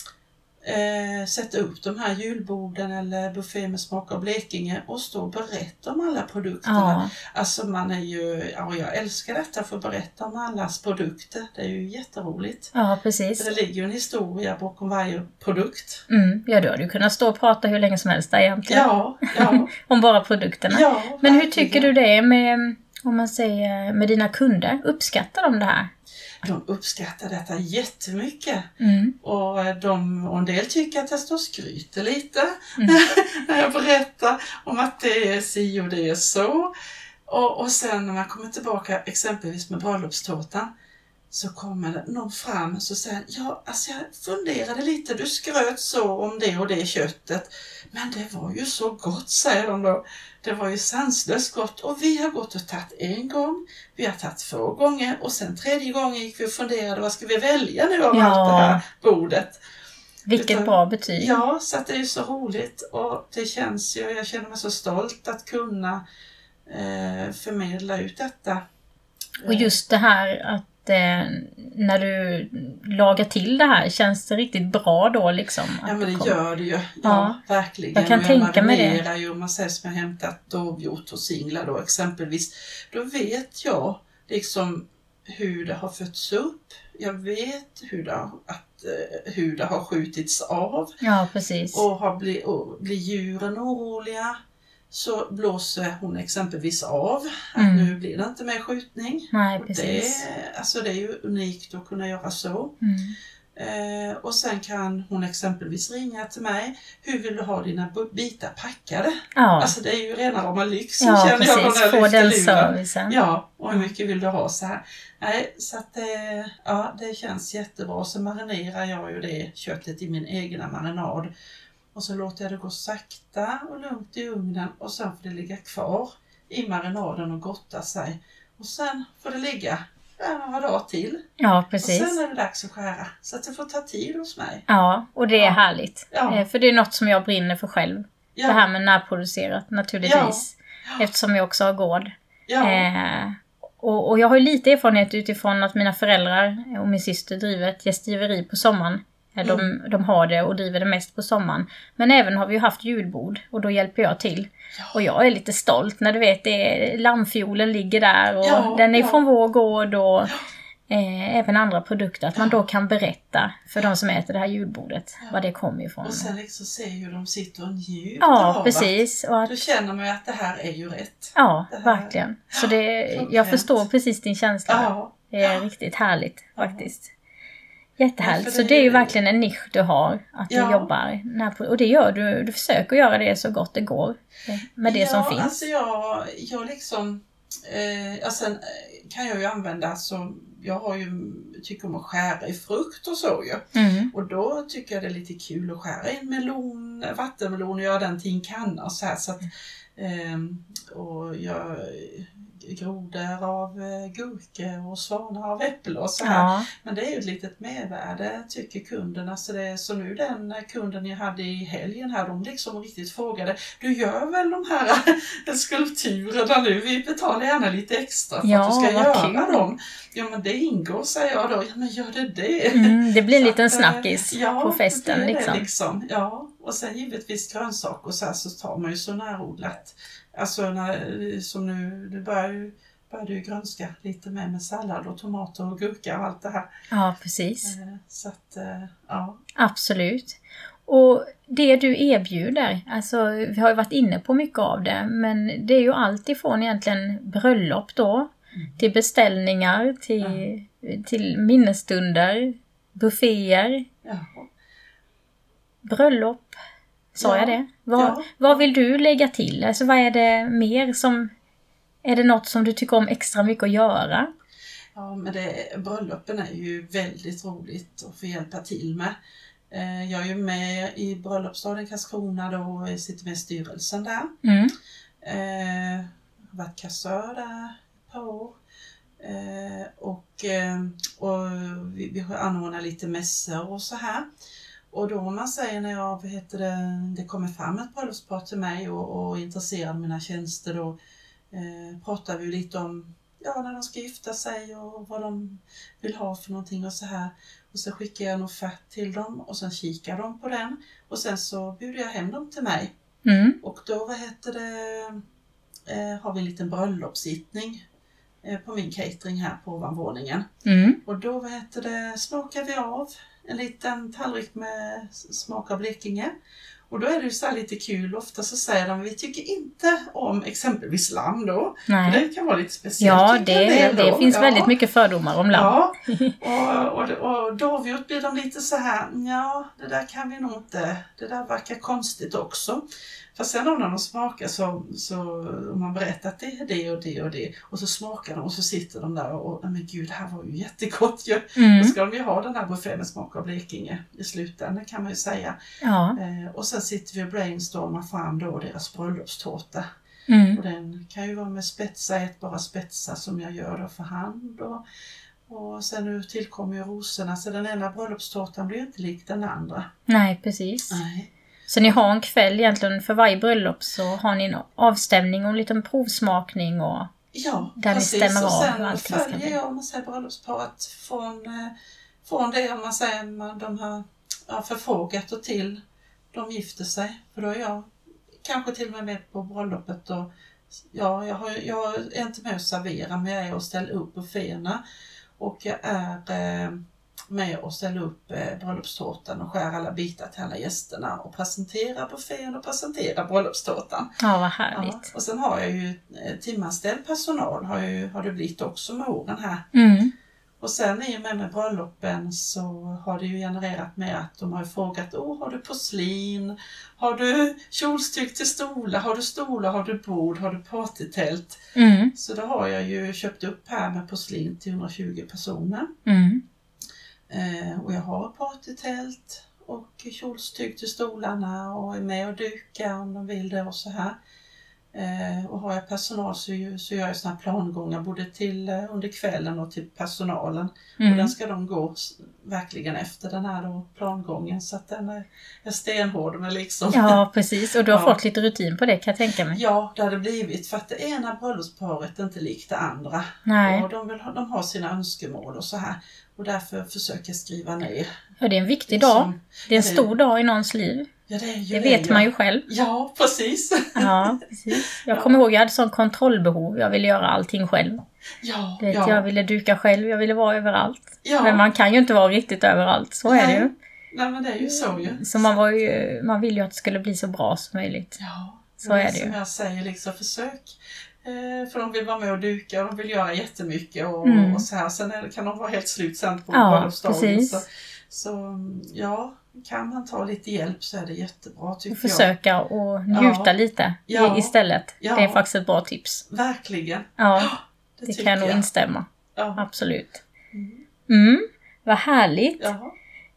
sätta upp de här julborden eller buffé med smak av Blekinge och stå och berätta om alla produkterna. Alltså man är ju, jag älskar detta, för att berätta om allas produkter. Det är ju jätteroligt. Ja, precis. För det ligger ju en historia bakom varje produkt. Ja, då har du kunnat stå och prata hur länge som helst där egentligen. Ja. Om bara produkterna. Ja, men hur tycker du det är med, om man säger, med dina kunder? Uppskattar de det här? De uppskattar detta jättemycket. Och en del tycker att jag står och skryter lite när jag berättar om att det är si och det är så. Och sen när man kommer tillbaka exempelvis med bröllopstårtan, så kommer det någon fram och så säger jag funderade lite, du skröt så om det och det köttet, men det var ju så gott, säger de då. Det var ju sanslöst gott, och vi har gått och tagit en gång, vi har tagit 2 gånger, och sen 3:e gången gick vi och funderade, vad ska vi välja nu av allt det här bordet? Vilket bra betyg. Ja, så att det är så roligt, och det känns ju, jag känner mig så stolt att kunna förmedla ut detta. Och just det här att när du lagar till det här, känns det riktigt bra då liksom? Ja, men det gör det ju. Ja, verkligen. Jag kan tänka mig det. Ju, om man säger som jag hämtat dovhjort och singlar då exempelvis, då vet jag liksom hur det har fötts upp. Jag vet hur det har skjutits av. Ja, precis. Och blir djuren oroliga, så blåser hon exempelvis av att nu blir det inte mer skjutning. Nej, precis. Det är ju unikt att kunna göra så. Och sen kan hon exempelvis ringa till mig. Hur vill du ha dina bitar packade? Ja. Alltså det är ju rena rama lyxen, känner jag när jag få den luren. Servicen. Ja, och hur mycket vill du ha så här? Nej, så att det känns jättebra. Så marinerar jag ju det köttet i min egna marinad. Och så låter jag det gå sakta och lugnt i ugnen, och sen får det ligga kvar i marinaden och gotta sig. Och sen får det ligga några dagar till. Ja, precis. Och sen är det dags att skära. Så att det får ta tid hos mig. Ja, och det är härligt. Ja. För det är något som jag brinner för själv. Ja. Det här med närproducerat naturligtvis. Ja. Eftersom jag också har gård. Ja. Och jag har ju lite erfarenhet utifrån att mina föräldrar och min syster driver ett gästgiveri på sommaren. De har det och driver det mest på sommaren. Men även har vi ju haft julbord, och då hjälper jag till. Ja. Och jag är lite stolt när du vet, lammfiolen ligger där och den är från vår gård, och även andra produkter. Att man då kan berätta för de som äter det här julbordet vad det kommer ifrån. Och sen liksom se hur de sitter och njuter av precis. Och då känner man ju att det här är ju rätt. Ja, verkligen. Så jag förstår precis din känsla. Ja. Det är riktigt härligt faktiskt. Jättehärligt. Så det är ju verkligen en nisch du har, att du jobbar och det gör du försöker göra det så gott det går med det som finns. Alltså jag liksom sen kan jag ju använda, så jag har ju tycker om att skära i frukt och så ju. Och då tycker jag det är lite kul att skära in vattenmelon och göra den till en kanna och så här, så att och jag grodor av gurkor och svanar av äpple och så här. Ja. Men det är ju ett litet mervärde, tycker kunderna. Så nu den kunden jag hade i helgen här, de liksom riktigt frågade, du gör väl de här skulpturerna nu? Vi betalar gärna lite extra för att du ska göra dem. Ja, men det ingår, säger jag då. Ja, men gör det? Det blir en liten snackis på festen. Det liksom. Liksom. Ja, och sen givetvis grönsaker och så tar man ju så närodlat. Alltså som nu börjar du grönska lite med sallad och tomater och gurka och allt det här. Ja, precis. Så att, ja. Absolut. Och det du erbjuder, alltså vi har ju varit inne på mycket av det, men det är ju allt ifrån egentligen bröllop då, till beställningar, till minnesstunder, bufféer, bröllop. Sa jag det? Vad vill du lägga till? Alltså vad är det mer som... Är det något som du tycker om extra mycket att göra? Ja, men bröllopen är ju väldigt roligt att få hjälpa till med. Jag är ju med i bröllopsstaden Karlskrona då och sitter med i styrelsen där. Har varit kassör där ett par år. Och vi har anordnat lite mässor och så här. Och då man säger när det kommer fram ett bröllopspar till mig och är intresserad av mina tjänster, då pratar vi lite om när de ska gifta sig och vad de vill ha för någonting och så här. Och så skickar jag en offert till dem och sen kikar de på den. Och sen så bjuder jag hem dem till mig. Och då har vi en liten bröllopssittning på min catering här på ovanvåningen. Och då smakar vi av en liten tallrik med smak av Blekinge. Och då är det ju så här lite kul. Ofta så säger de, vi tycker inte om exempelvis lamm då. Nej. För det kan vara lite speciellt. Ja, det finns väldigt mycket fördomar om lamm. Ja, och dovhjort blir de lite så här, det där kan vi nog inte. Det där verkar konstigt också. För sen när de smakar så om man berättar att det är det och det och det. Och så smakar de och så sitter de där och men gud, det här var ju jättegott ju. Då ska de ju ha den här buffén med smak av Blekinge i slutändan, kan man ju säga. Ja. Och sen sitter vi och brainstormar fram då deras bröllopstårta. Och den kan ju vara med ätbara spetsar som jag gör då för hand. Och sen nu tillkommer ju rosorna, så den ena bröllopstårtan blir inte lik den andra. Nej, precis. Nej. Så ni har en kväll egentligen för varje bröllop, så har ni en avstämning och en liten provsmakning och där precis. Ni stämmer och av. Och sen följer jag, om man säger, bröllopsparet från det, om man säger, de har förfrågat och till de gifter sig. För då är jag kanske till och med på bröllopet och jag är inte med och servera, men jag är och ställer upp bufféerna och jag är med och ställa upp bröllopstårtan och skär alla bitar till alla gästerna och presentera buffén och presentera bröllopstårtan. Ja, vad härligt. Ja, och sen har jag ju timanställd personal har det blivit också med åren här. Och sen i och med bröllopen så har det ju genererat med att de har frågat, har du porslin? Har du kjolstyck till stolar? Har du bord? Har du partytält? Så då har jag ju köpt upp här med porslin till 120 personer. Och jag har partytält och kjolstyg till stolarna och är med och dukar om de vill det och så här. Och har jag personal så gör jag såna här plangångar både till under kvällen och till personalen. Och den ska de gå verkligen efter den här då, plangången, så att den är stenhård med liksom. Ja, precis. Och du har fått lite rutin på det, kan jag tänka mig. Ja, det har det blivit, för att det ena bröllopsparet är inte likt det andra. Nej. Och de har sina önskemål och så här. Och därför försöker jag skriva ner. Ja, det är en viktig dag. Det är en stor dag i någons liv. Ja, det vet man ju själv. Ja, precis. Ja, precis. Jag kommer ihåg, jag hade sån kontrollbehov. Jag ville göra allting själv. Jag ville duka själv, jag ville vara överallt. Ja. Men man kan ju inte vara riktigt överallt, så är det ju. Nej, men det är ju så ju. Så man vill ju att det skulle bli så bra som möjligt. Ja, så är det ju. Som jag säger, liksom, försök. För de vill vara med och duka och de vill göra jättemycket och så här. Sen kan de vara helt slut sen på bröllopsdagen. Så kan man ta lite hjälp så är det jättebra, tycker jag. Försöka och njuta lite istället. Ja. Det är faktiskt ett bra tips. Verkligen. Ja, det kan jag nog instämma. Ja. Absolut. Vad härligt. Ja.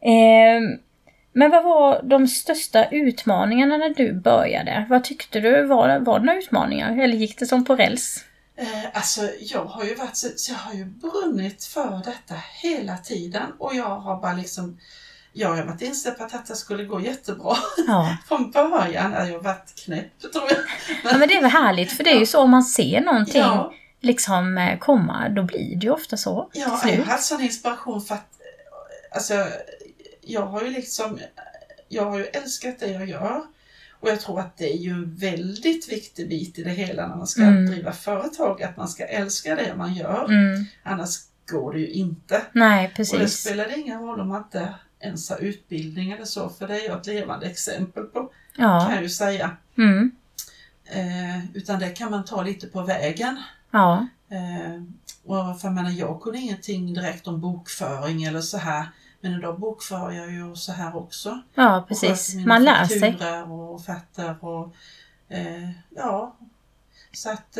Men vad var de största utmaningarna när du började? Vad tyckte du var det några utmaningar? Eller gick det som på räls? Alltså jag har ju brunnit för detta hela tiden. Och jag har bara liksom... Jag har varit inställd på att detta skulle gå jättebra. Ja. Från början har jag varit knäpp, tror jag. Ja, men det är väl härligt, för det är ju så, om man ser någonting liksom komma, då blir det ju ofta så. Ja, jag har haft sån inspiration för att... Alltså, jag har ju älskat det jag gör. Och jag tror att det är ju en väldigt viktig bit i det hela när man ska driva företag. Att man ska älska det man gör. Annars går det ju inte. Nej, precis. Och det spelar ingen roll om man inte ens har utbildning eller så. För det är ju ett levande exempel på, kan jag ju säga. Utan det kan man ta lite på vägen. Ja. Och för jag kunde ingenting direkt om bokföring eller så här. Men idag bokför jag ju så här också. Ja, precis. Man lär sig. Och offerter och ja. Så att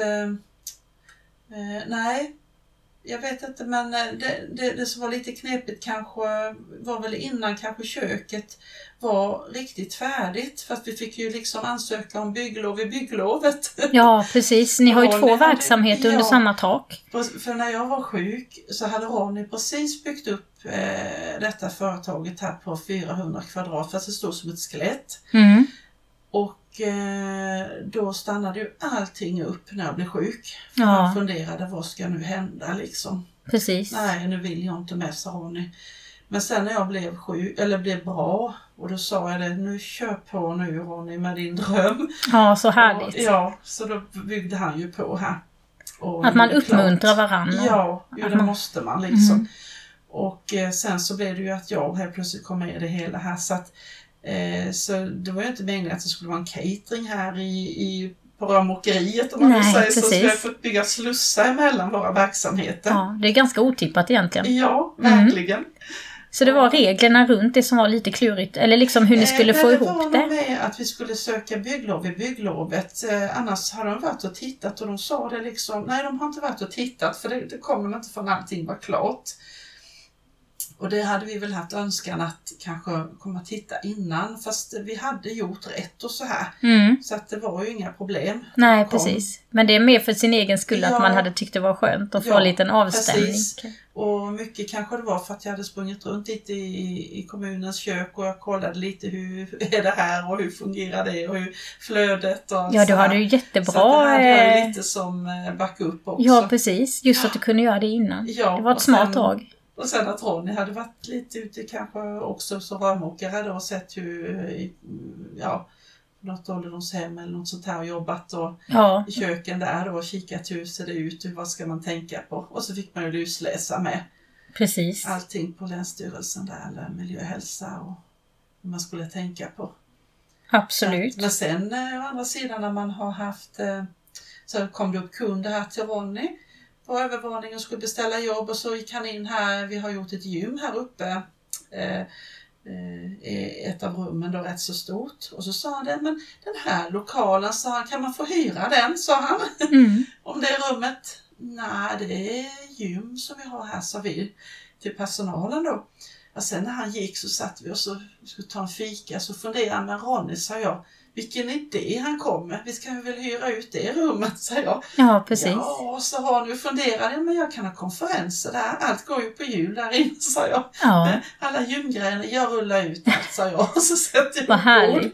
nej. Jag vet inte, men det som var lite knepigt kanske var väl innan kanske köket var riktigt färdigt. För att vi fick ju liksom ansöka om bygglov i bygglovet. Ja, precis. Ni har ju två verksamheter under samma tak. För när jag var sjuk så hade Ronny precis byggt upp detta företaget här på 400 kvadrat. För att det stod som ett skelett. Mm. Och då stannade ju allting upp när jag blev sjuk. För jag funderade, vad ska nu hända liksom? Precis. Nej, nu vill jag inte med, sa Ronny. Men sen när jag blev sjuk, eller blev bra, och då sa jag det, nu kör på nu Ronny med din dröm. Ja, så härligt. Och, ja, så då byggde han ju på här. Och att man uppmuntrar varandra. Ja, det måste man liksom. Mm. Och sen så blev det ju att jag helt plötsligt kom med i det hela här, så att så det var ju inte meningen att det skulle vara en catering här på rörmokeriet om man vill säga så. Så vi har fått bygga slussar emellan våra verksamheter. Ja, det är ganska otippat egentligen. Ja, verkligen. Så det var reglerna runt det som var lite klurigt, eller liksom hur ni skulle få ihop det? Det var med att vi skulle söka bygglov i bygglovet, annars har de varit och tittat och de sa det liksom, nej de har inte varit och tittat för det kommer inte förrän allting var klart. Och det hade vi väl haft önskan att kanske komma och titta innan. Fast vi hade gjort rätt och så här. Mm. Så att det var ju inga problem. Nej, precis. Men det är mer för sin egen skull att man hade tyckt det var skönt att få en liten avstämning. Precis. Och mycket kanske det var för att jag hade sprungit runt lite i kommunens kök. Och jag kollade lite hur är det här och hur fungerar det och hur flödet och ja, du hade ju jättebra. Så det hade jag ju lite som backup också. Ja, precis. Just att du kunde göra det innan. Ja, det var ett smart drag. Och sen att Ronny hade varit lite ute kanske också som rörmokare och sett hur, något ålderdomshem eller något sånt här och jobbat och i köken där då och kikat hur ser det ut och vad ska man tänka på. Och så fick man ju lusläsa med allting på Länsstyrelsen där eller miljöhälsa och vad man skulle tänka på. Absolut. Men sen å andra sidan när man har haft, så kom det upp kunder här till Ronny på övervåningen och skulle beställa jobb och så gick han in här, vi har gjort ett gym här uppe i ett av rummen då rätt så stort och så sa han det, men den här lokalen sa han, kan man få hyra den, sa han om det är rummet. Nej, det är gym som vi har här, sa vi till personalen då. Och sen när han gick så satt vi och så skulle ta en fika så funderade han, men Ronny, sa jag, vilken idé han kom med. Vi ska väl hyra ut det rummet, säger jag. Ja, precis. Ja, så har nu funderat, men jag kan ha konferenser där. Allt går ju på jul där inne, sa jag. Ja. Alla gymgrejer, jag rullar ut allt, sa jag. Och så sätter jag vad härligt.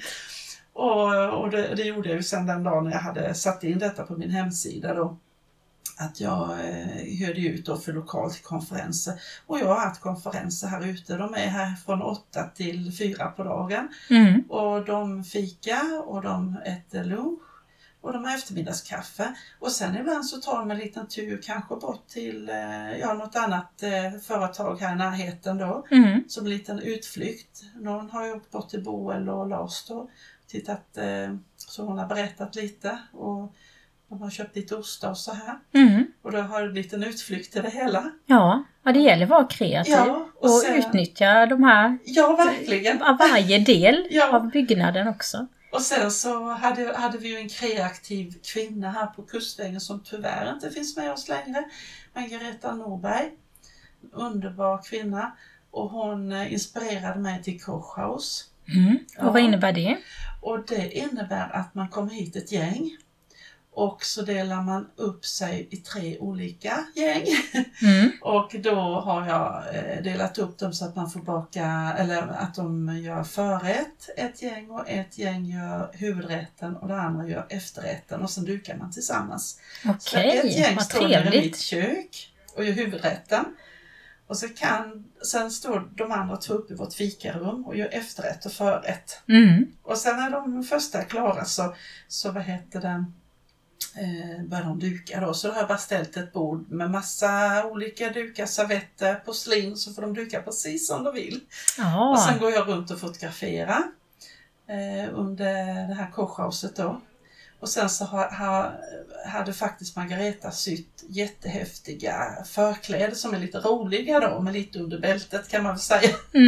Och det gjorde jag ju sen den dagen när jag hade satt in detta på min hemsida då. Att jag hörde ut då för lokalt konferenser. Och jag har haft konferenser här ute. De är här från 8 till 4 på dagen. Mm. Och de fika och de äter lunch. Och de har eftermiddagskaffe. Och sen ibland så tar de en liten tur kanske bort till något annat företag här i närheten då. Mm. Som en liten utflykt. Någon har ju åkt bort till Boel och Lars då. Tittat, så hon har berättat lite och de har köpt lite ostar och så här. Mm. Och då har det blivit en utflykt till det hela. Ja, det gäller att vara kreativ. Ja, och sen, utnyttja de här. Ja, verkligen. Varje del av byggnaden också. Och sen så hade vi ju en kreativ kvinna här på Kustvägen som tyvärr inte finns med oss längre. Margareta Norberg. Underbar kvinna. Och hon inspirerade mig till Kochhaus. Mm. Och vad innebär det? Och det innebär att man kommer hit ett gäng. Och så delar man upp sig i 3 olika gäng. Mm. Och då har jag delat upp dem så att man får baka, eller att de gör förrätt ett gäng och ett gäng gör huvudrätten och det andra gör efterrätten. Och sen dukar man tillsammans. Okej, ett gäng står i mitt kök och gör huvudrätten. Och sen står de andra 2 uppe i vårt fikarum och gör efterrätt och förrätt. Mm. Och sen när de första är klara så börjar de duka då. Så då har jag bara ställt ett bord med massa olika dukar, servetter, porslin, så får de duka precis som de vill. Oh. Och sen går jag runt och fotograferar under det här kochhouset då. Och sen så hade faktiskt Margareta sytt jättehäftiga förkläder som är lite roliga då, med lite under bältet kan man väl säga.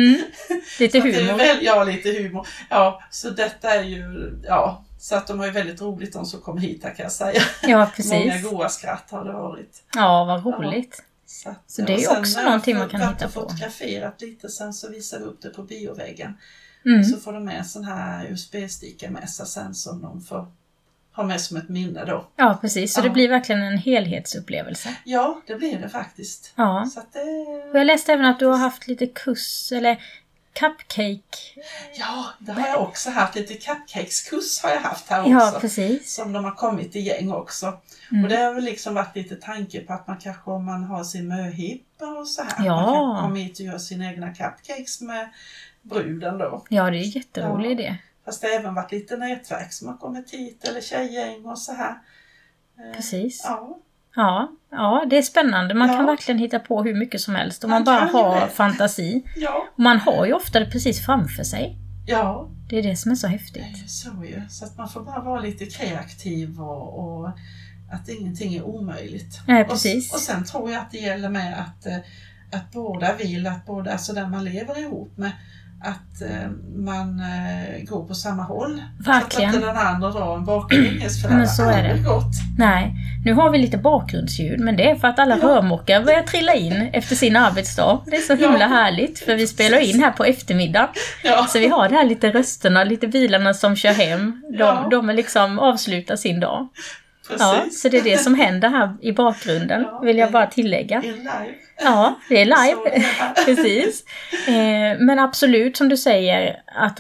Lite humor. Ja, lite humor. Ja, så detta är ju, så att de har ju väldigt roligt de som kommer hit här kan jag säga. Ja, precis. Många goda skratt har det varit. Ja, vad roligt. Ja. Så det är ju också någonting man kan hitta på. Fotograferat lite, sen så visar vi upp det på bioväggen. Och så får de med en sån här USB-sticka med sig sen som de får ha med som ett minne då. Ja, precis. Så det blir verkligen en helhetsupplevelse. Ja, det blir det faktiskt. Ja. Så att jag läste även att du har haft lite kurs eller cupcake. Ja, det har jag också haft. Lite cupcakeskurs har jag haft här också. Ja, precis. Som de har kommit i gäng också. Och det har väl liksom varit lite tanke på att man kanske, om man har sin möhippa och så här. Ja. Man kan komma hit och göra sina egna cupcakes med bruden då. Ja, det är en jätterolig idé. Fast det har även varit lite nätverk som har kommit hit, eller tjejgäng och så här. Precis. Ja. Ja, det är spännande. Man kan verkligen hitta på hur mycket som helst. Om man bara har fantasi. Ja. Och man har ju ofta det precis framför sig. Ja. Det är det som är så häftigt. Det är ju så ju. Så att man får bara vara lite kreativ och att ingenting är omöjligt. Nej, precis. Och sen tror jag att det gäller med att båda vill, alltså den man lever ihop med, att man går på samma håll. Verkligen. Så att inte den andra drar en baklänges, för men så är det. Gott. Nej, nu har vi lite bakgrundsljud, men det är för att alla rörmokare börjar trilla in efter sin arbetsdag. Det är så himla härligt, för vi spelar in här på eftermiddag. Ja. Så vi har det här lite rösterna, lite bilarna som kör hem. De är liksom avslutar sin dag. Precis. Ja, så det är det som händer här i bakgrunden, vill jag bara tillägga. Det är live. Ja, det är live. Precis. Men absolut, som du säger,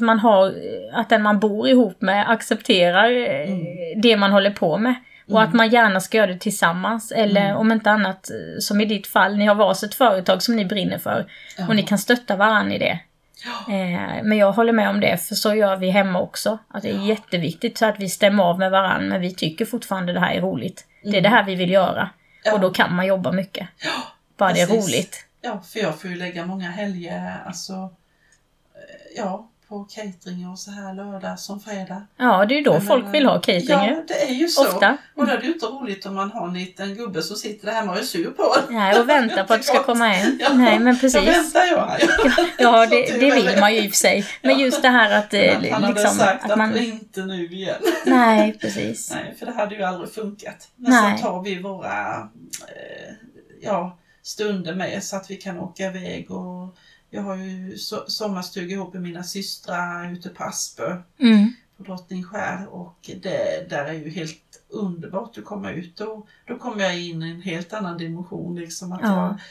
att den man bor ihop med accepterar det man håller på med. Och att man gärna ska göra det tillsammans. Eller om inte annat, som i ditt fall, ni har varsitt företag som ni brinner för. Och ni kan stötta varandra i det. Men jag håller med om det, för så gör vi hemma också. Att det är jätteviktigt så att vi stämmer av med varandra, men vi tycker fortfarande det här är roligt. Det är det här vi vill göra. Och då kan man jobba mycket. Bara det är roligt. Ja, för jag får ju lägga många helger, alltså, på catering och så här lördag som fredag. Ja, det är ju då folk vill ha catering. Ja, det är ju så. Ofta. Och då är det ju inte roligt om man har en liten gubbe som sitter där hemma och är sur på. Nej, och väntar på att det ska komma hem. Nej, men precis. Jag väntar Ja, det vill man ju i och för sig. Men just det här att han hade liksom, sagt att man inte nu igen. Nej, precis. Nej, för det hade ju aldrig funkat. Men så tar vi våra stunder med så att vi kan åka iväg, och jag har ju sommarstuga ihop med mina systrar ute på Aspö på Drottningskär, och det där är ju helt underbart att komma ut, och då kommer jag in i en helt annan dimension liksom, att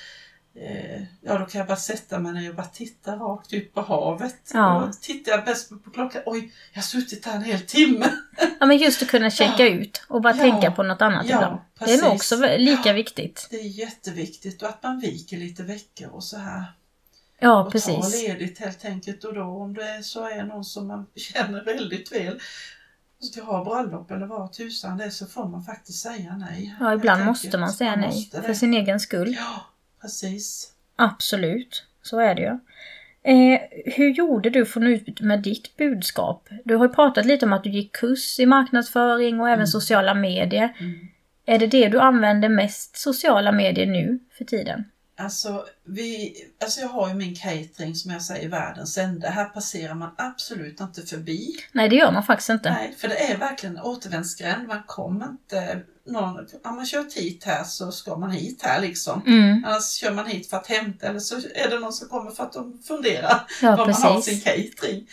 då kan jag bara sätta mig när jag bara tittar rakt ut på havet. Och tittar jag bäst på klockan, oj, jag har suttit här en hel timme. Ja, men just att kunna checka ut och bara tänka på något annat ibland. Precis. Det är nog också lika viktigt. Det är jätteviktigt, och att man viker lite veckor och så här. Ja, och precis. ta ledigt helt enkelt, och då om det så är någon som man känner väldigt väl ska ha bröllop eller vad tusan det är, så får man faktiskt säga nej. Ja, ibland måste man säga nej för sin egen skull. Ja, precis. Absolut, så är det ju. Hur gjorde du för att nå ut med ditt budskap? Du har ju pratat lite om att du gick kurs i marknadsföring och även sociala medier. Är det du använder mest, sociala medier nu för tiden? Alltså jag har ju min catering som jag säger världens ände. Här passerar man absolut inte förbi. Nej, det gör man faktiskt inte. Nej, för det är verkligen återvändsgränd. Man kommer inte om man kört hit här så ska man hit här liksom. Annars kör man hit för att hämta, eller så är det någon som kommer för att de funderar var man har sin catering.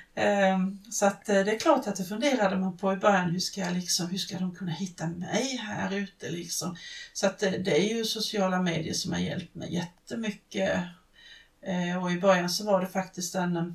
Så att det är klart att det funderade man på i början, hur ska de kunna hitta mig här ute liksom. Så att det är ju sociala medier som har hjälpt mig jättemycket. Och i början så var det faktiskt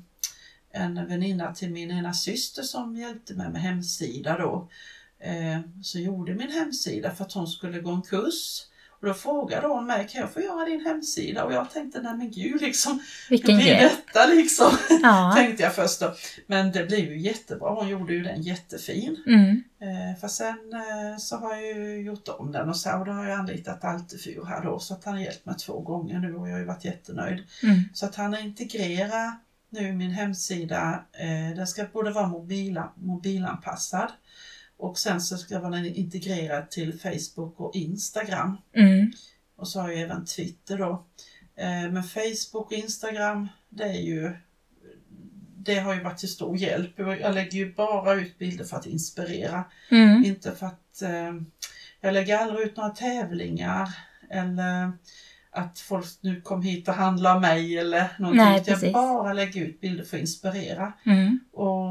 en väninna till min ena syster som hjälpte mig med hemsida då. Så gjorde min hemsida för att hon skulle gå en kurs. Och då frågade hon mig, kan jag få göra din hemsida? Och jag tänkte, nej men gud liksom. Vilken hjälp. Detta liksom. Tänkte jag först då. Men det blev ju jättebra. Hon gjorde ju den jättefin. För sen så har jag ju gjort om den och då har jag anlitat Altefyr här då. Så att han har hjälpt mig 2 gånger nu och jag har ju varit jättenöjd. Så att han har integrerat nu min hemsida. Den ska både vara mobilanpassad. Och sen så ska vara den integrerad till Facebook och Instagram. Och så har jag även Twitter då. Men Facebook och Instagram, det har ju varit till stor hjälp. Jag lägger ju bara ut bilder för att inspirera. Inte för att jag lägger aldrig ut några tävlingar eller att folk nu kom hit och handlar av mig eller någonting. Nej, jag bara lägger ut bilder för att inspirera. Och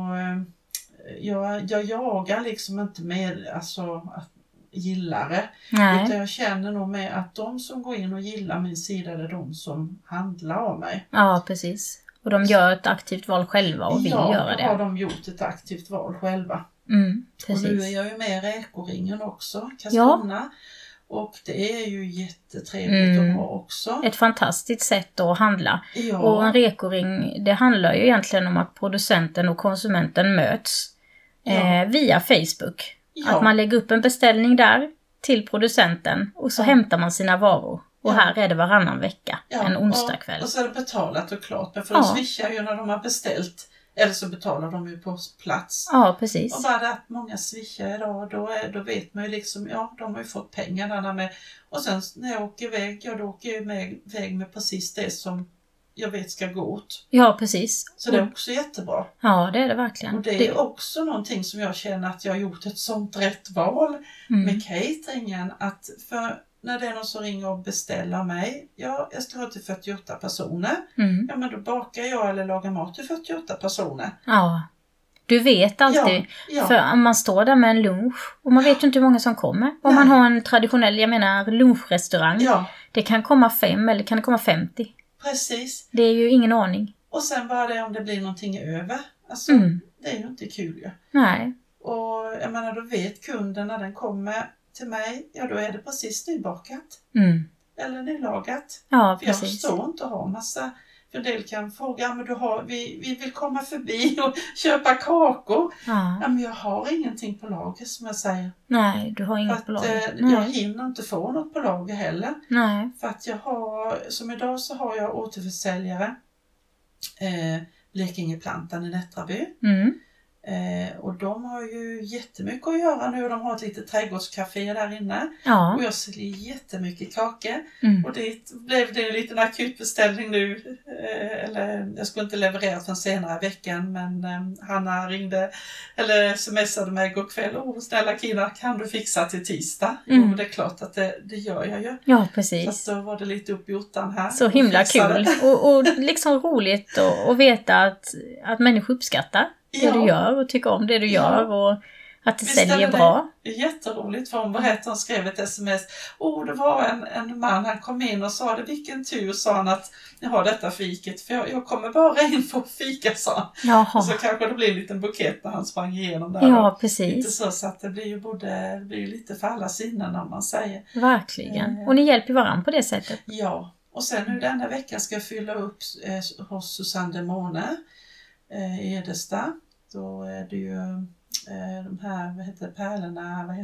jag jagar liksom inte med att gillare. Utan jag känner nog med att de som går in och gillar min sida är de som handlar av mig. Ja, precis. Och de gör ett aktivt val själva och vill göra det. Ja, har de gjort ett aktivt val själva. Precis. Och nu är jag ju med i Räkoringen också, Karlskrona. Ja. Och det är ju jättetrevligt att ha också. Ett fantastiskt sätt att handla. Ja. Och en Räkoring, det handlar ju egentligen om att producenten och konsumenten möts via Facebook. Ja. Att man lägger upp en beställning där till producenten och så hämtar man sina varor. Och här är det varannan vecka, en onsdagkväll. Och så är det betalat och klart. Men för de swishar ju när de har beställt. Eller så betalar de ju på plats. Ja, precis. Och bara det att många swishar idag, då vet man ju liksom, de har ju fått pengar där med. Och sen när jag åker iväg, då åker jag iväg med precis det som jag vet ska gå åt. Ja, precis. Så det är också jättebra. Ja, det är det verkligen. Och det är också någonting som jag känner att jag har gjort ett sånt rätt val med cateringen. Att för när det är någon som ringer och beställer mig, jag ska ha till 48 personer. Ja, men då bakar jag eller lagar mat till 48 personer. Ja, du vet alltid. Ja. För man står där med en lunch och man vet ju inte hur många som kommer. Om man har en traditionell, lunchrestaurang. Ja. Det kan komma 5 eller kan det komma 50. Precis. Det är ju ingen aning. Och sen bara det om det blir någonting över. Alltså, det är ju inte kul ju. Nej. Och jag menar, då vet kunden när den kommer till mig, då är det precis nybakat. Eller nylagat. Ja, för jag förstår inte att ha massa. För en del kan fråga, men vi vill komma förbi och köpa kakor. Ja, men jag har ingenting på lager som jag säger. Nej, du har inget på lager. Jag hinner inte få något på lager heller. Nej. För att som idag så har jag återförsäljare. Blekingeplantan i Nättraby. Och de har ju jättemycket att göra nu. De har ett litet trädgårdscafé där inne. Ja. Och jag säljer jättemycket kakor. Och det blev det en liten akut beställning nu. Eller jag skulle inte leverera från senare veckan. Men Hanna ringde eller smsade mig igår kväll. Snälla Kina, kan du fixa till tisdag? Och det är klart att det gör jag ju. Ja, precis. Så då var det lite upp i ottan här. Så himla kul. Och liksom roligt att veta att människor uppskattar det du gör och tycker om det du gör och att det säljer bra. Det är jätteroligt för hon skrev ett sms. Det var en man, han kom in och sa det, vilken tur, sa han, att jag har detta fiket. För jag kommer bara in för fika, sa han. Jaha. Och så kanske det blir en liten bukett när han sprang igenom där. Ja, precis. Lite så att det blir ju det blir lite för alla sinnen om man säger. Verkligen. Och ni hjälper varandra på det sättet. Ja, och sen nu denna veckan ska jag fylla upp hos Susanne de Måne i Edesta. Då är det ju de här, pärlorna,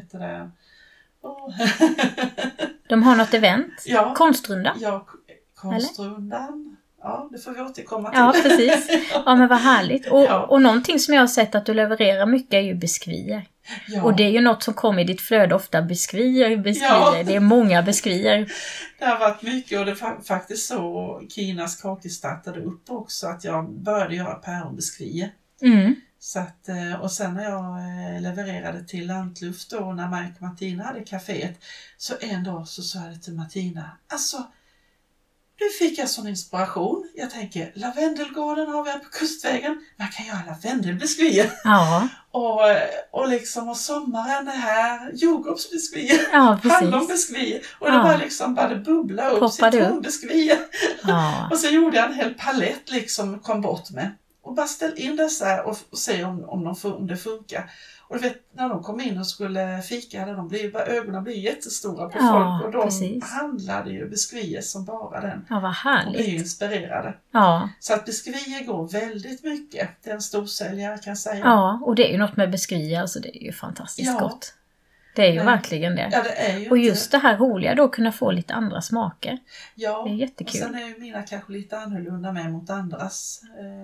De har något event? Ja. Konstrunda? Ja, konstrundan. Eller? Ja, det får vi återkomma till. Ja, precis. Ja, men vad härligt. Och någonting som jag har sett att du levererar mycket är ju biskvier. Ja. Och det är ju något som kommer i ditt flöde ofta, biskvier. Ja. Det är många biskvier. Det har varit mycket och det är faktiskt så Kinas kakor startade upp också, att jag började göra päronbiskvier. Så att, och sen när jag levererade till Lantluft då, när Mike och Martina hade kaféet, så en dag så sa jag till Martina, alltså nu fick jag sån inspiration. Jag tänker, lavendelgården har vi här på Kustvägen, man kan göra lavendelbiskvier. Ja. Och liksom, och sommaren är här, jordgubbsbiskvier, hallonbiskvier, och det var liksom bara det upp citronbiskvier. Ja. Och så gjorde jag en hel palett liksom, kom bort med. Och bara ställ in dessa och se om det funkar. Och du vet, när de kom in och skulle fika, ögonen blir jättestora på folk. Och de handlade ju biskvier som bara den. Ja, vad härligt. Och blir inspirerade. Ja. Så att biskvier går väldigt mycket. Det är en storsäljare, kan jag säga. Ja, och det är ju något med biskvier, alltså det är ju fantastiskt gott. Det är ju verkligen det. Ja, det är ju och just det här roliga då, kunna få lite andra smaker. Ja, det är jättekul. Och sen är ju mina kanske lite annorlunda med mot andras.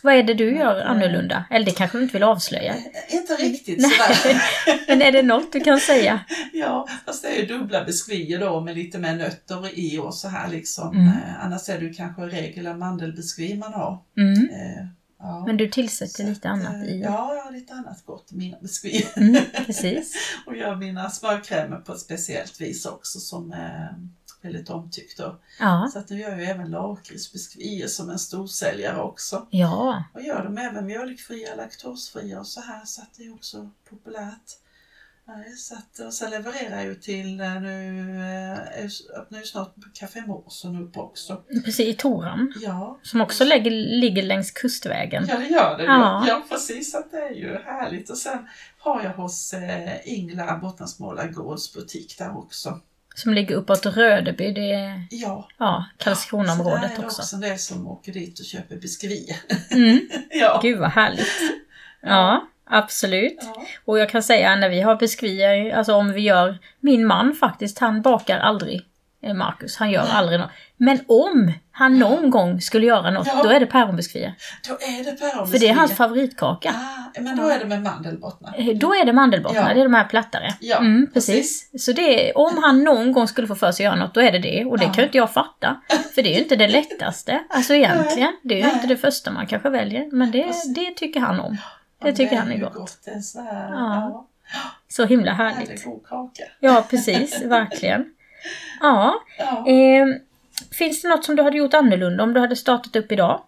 Vad är det du gör annorlunda? Eller det kanske du inte vill avslöja? Inte riktigt sådär. Men är det något du kan säga? Ja, fast det är ju dubbla biskvier då med lite mer nötter i och så här liksom. Annars är det ju kanske i regel en mandelbiskvi man har. Ja. Men du tillsätter lite annat i? Ja, jag har lite annat gott i mina biskvier. Precis. Och gör mina smörkrämer på ett speciellt vis också som är väldigt omtyckt då. Ja. Så att nu gör jag ju även lakritsbiskvier som en storsäljare också. Ja. Och gör dem även mjölkfria, laktosfria och så här, så att det är också populärt. Så att, och sen levererar jag ju till, nu öppnar ju snart Café Morsen upp också. Precis, i Toran. Ja. Som också ligger längs kustvägen. Ja, det gör det. Ja, precis, att det är ju härligt. Och sen har jag hos Ingla Bottnansmåla gårdsbutik där också. Som ligger uppåt Rödeby, det är Karlskronaområdet också. Så där är det också en del som åker dit och köper biskvier. Ja. Gud vad härligt. Ja. Absolut. Ja. Och jag kan säga när vi har biskvier, alltså om vi gör, min man faktiskt, han bakar aldrig, Marcus, han gör aldrig något. Men om han någon gång skulle göra något, då är det päronbiskvier. Då är det päronbiskvier. För det är hans favoritkaka. Men då är det med mandelbottnar. Då är det mandelbottnar, det är de här plattare. Ja, precis. Så det är, om han någon gång skulle få för sig att göra något, då är det det. Och det kan ju inte jag fatta. För det är ju inte det lättaste. Alltså egentligen, det är ju inte det första man kanske väljer. Men det tycker han om. Det tycker han är gott. Ja. Så himla härligt. Det är god kaka. Ja, precis. Verkligen. Ja. Finns det något som du hade gjort annorlunda om du hade startat upp idag?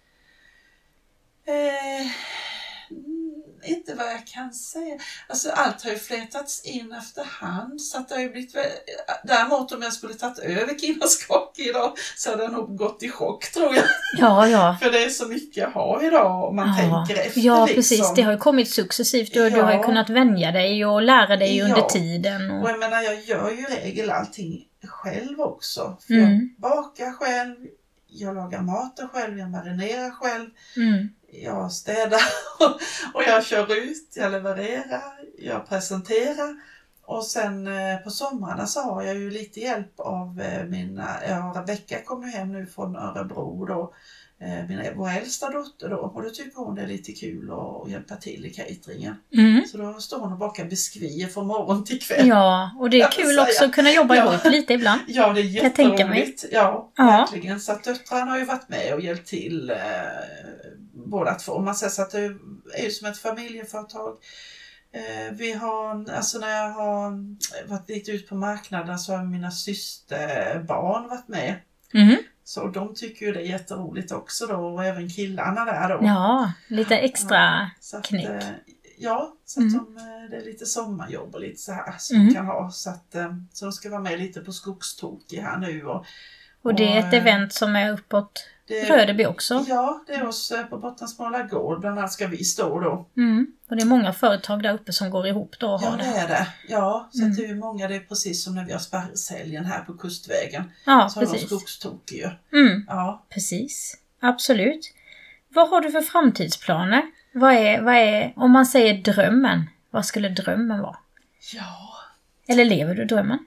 Inte vad jag kan säga. Alltså allt har ju flätats in efterhand. Så att det har ju blivit... Däremot om jag skulle tagit över Kinnas kaka idag så hade jag nog gått i chock, tror jag. Ja. För det är så mycket jag har idag om man tänker efter. Ja, precis. Det har ju kommit successivt och du har ju kunnat vänja dig och lära dig under tiden. Och jag menar, jag gör ju i regel allting själv också. För jag bakar själv, jag lagar maten själv, jag marinerar själv. Jag städar och jag kör ut, jag levererar, jag presenterar. Och sen på somrarna så har jag ju lite hjälp av Rebecka kommer hem nu från Örebro då. Vår äldsta dotter då. Och då tycker hon det är lite kul att hjälpa till i cateringen. Så då står hon och bakar biskvier från morgon till kväll. Ja, och det är kul också att kunna jobba ihop lite ibland. Ja, det är jätteroligt. Ja, verkligen. Så att döttrarna har ju varit med och hjälpt till båda två. Och man säger så att det är ju som ett familjeföretag. Vi har, alltså när jag har varit lite ut på marknaden så har mina systerbarn varit med. Så de tycker ju det är jätteroligt också då, och även killarna där då. Ja, lite extra knäck. Så att det är lite sommarjobb och lite så här som de kan ha. Så de ska vara med lite på Skogstoki här nu. Och det är ett event som är uppåt Rödeby också. Ja, det är oss på Bottnansmåla gård. Bland annat ska vi stå då. Och det är många företag där uppe som går ihop då och har det. Ja, det är det. Ja, så att det är många. Det är precis som när vi har sparrishelgen här på Kustvägen. Ja, så precis. har de Skogstoki ju. Ja, precis. Absolut. Vad har du för framtidsplaner? Vad är, om man säger drömmen, vad skulle drömmen vara? Ja. Eller lever du drömmen?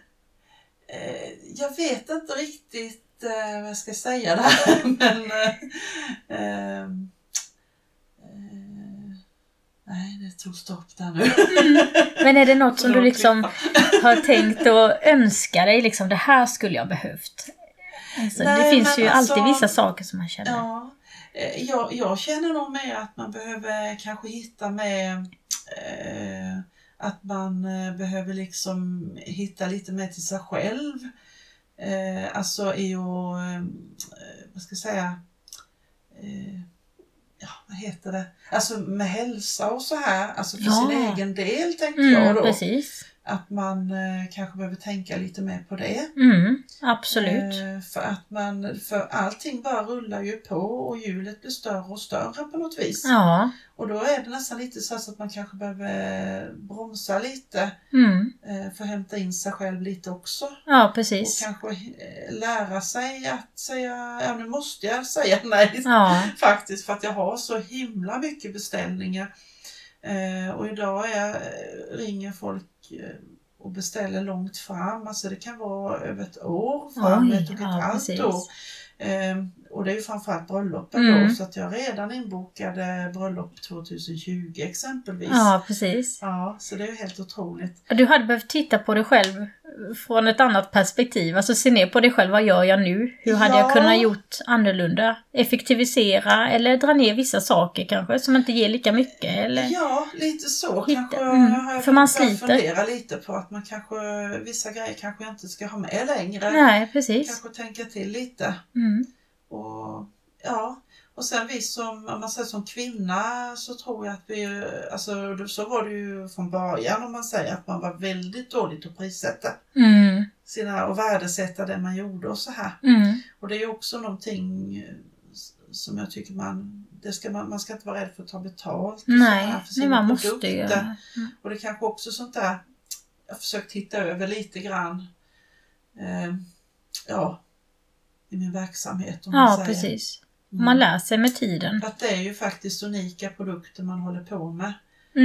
Jag vet inte riktigt vad jag ska säga där, men nej, det tog stopp där nu. Men är det något som du liksom har tänkt och önskar dig, liksom det här skulle jag behövt? Alltså, det finns ju alltid vissa saker som man känner. Ja, jag känner nog med att man behöver kanske hitta med att man behöver liksom hitta lite mer till sig själv. Alltså i och vad ska jag säga, vad heter det? Alltså med hälsa och så här, alltså för sin egen del tänkte jag då. Precis. Att man kanske behöver tänka lite mer på det. Absolut. För allting bara rullar ju på och hjulet blir större och större på något vis. Ja. Och då är det nästan lite så att man kanske behöver bromsa lite. För att hämta in sig själv lite också. Ja, precis. Och kanske lära sig att säga, nu måste jag säga nej. Faktiskt, för att jag har så himla mycket beställningar. Och idag ringer folk och beställer långt fram. Alltså det kan vara över ett år fram, ett och ett halvt år. och det är ju framförallt bröllopen då, så att jag redan inbokade bröllop 2020 exempelvis. Ja, precis. Ja, så det är ju helt otroligt. Du hade behövt titta på dig själv från ett annat perspektiv. Alltså se ner på dig själv, vad gör jag nu? Hur hade jag kunnat gjort annorlunda? Effektivisera eller dra ner vissa saker kanske som inte ger lika mycket? Eller? Ja, lite så. Kanske för man sliter. Fundera lite på att man kanske, vissa grejer kanske jag inte ska ha med längre. Nej, precis. Kanske tänka till lite. Och ja, och sen vi som, om man säger som kvinna, så tror jag att vi, alltså så var det ju från början, om man säger att man var väldigt dåligt att prissätta sina och värdesätta det man gjorde och så här. Och det är ju också någonting som jag tycker man ska inte vara rädd för att ta betalt. Nej, för sina man produkter. måste göra. Och det kanske också sånt där, jag har försökt titta över lite grann i min verksamhet. Om man säger. Precis. Man lär sig med tiden. Att det är ju faktiskt unika produkter man håller på med.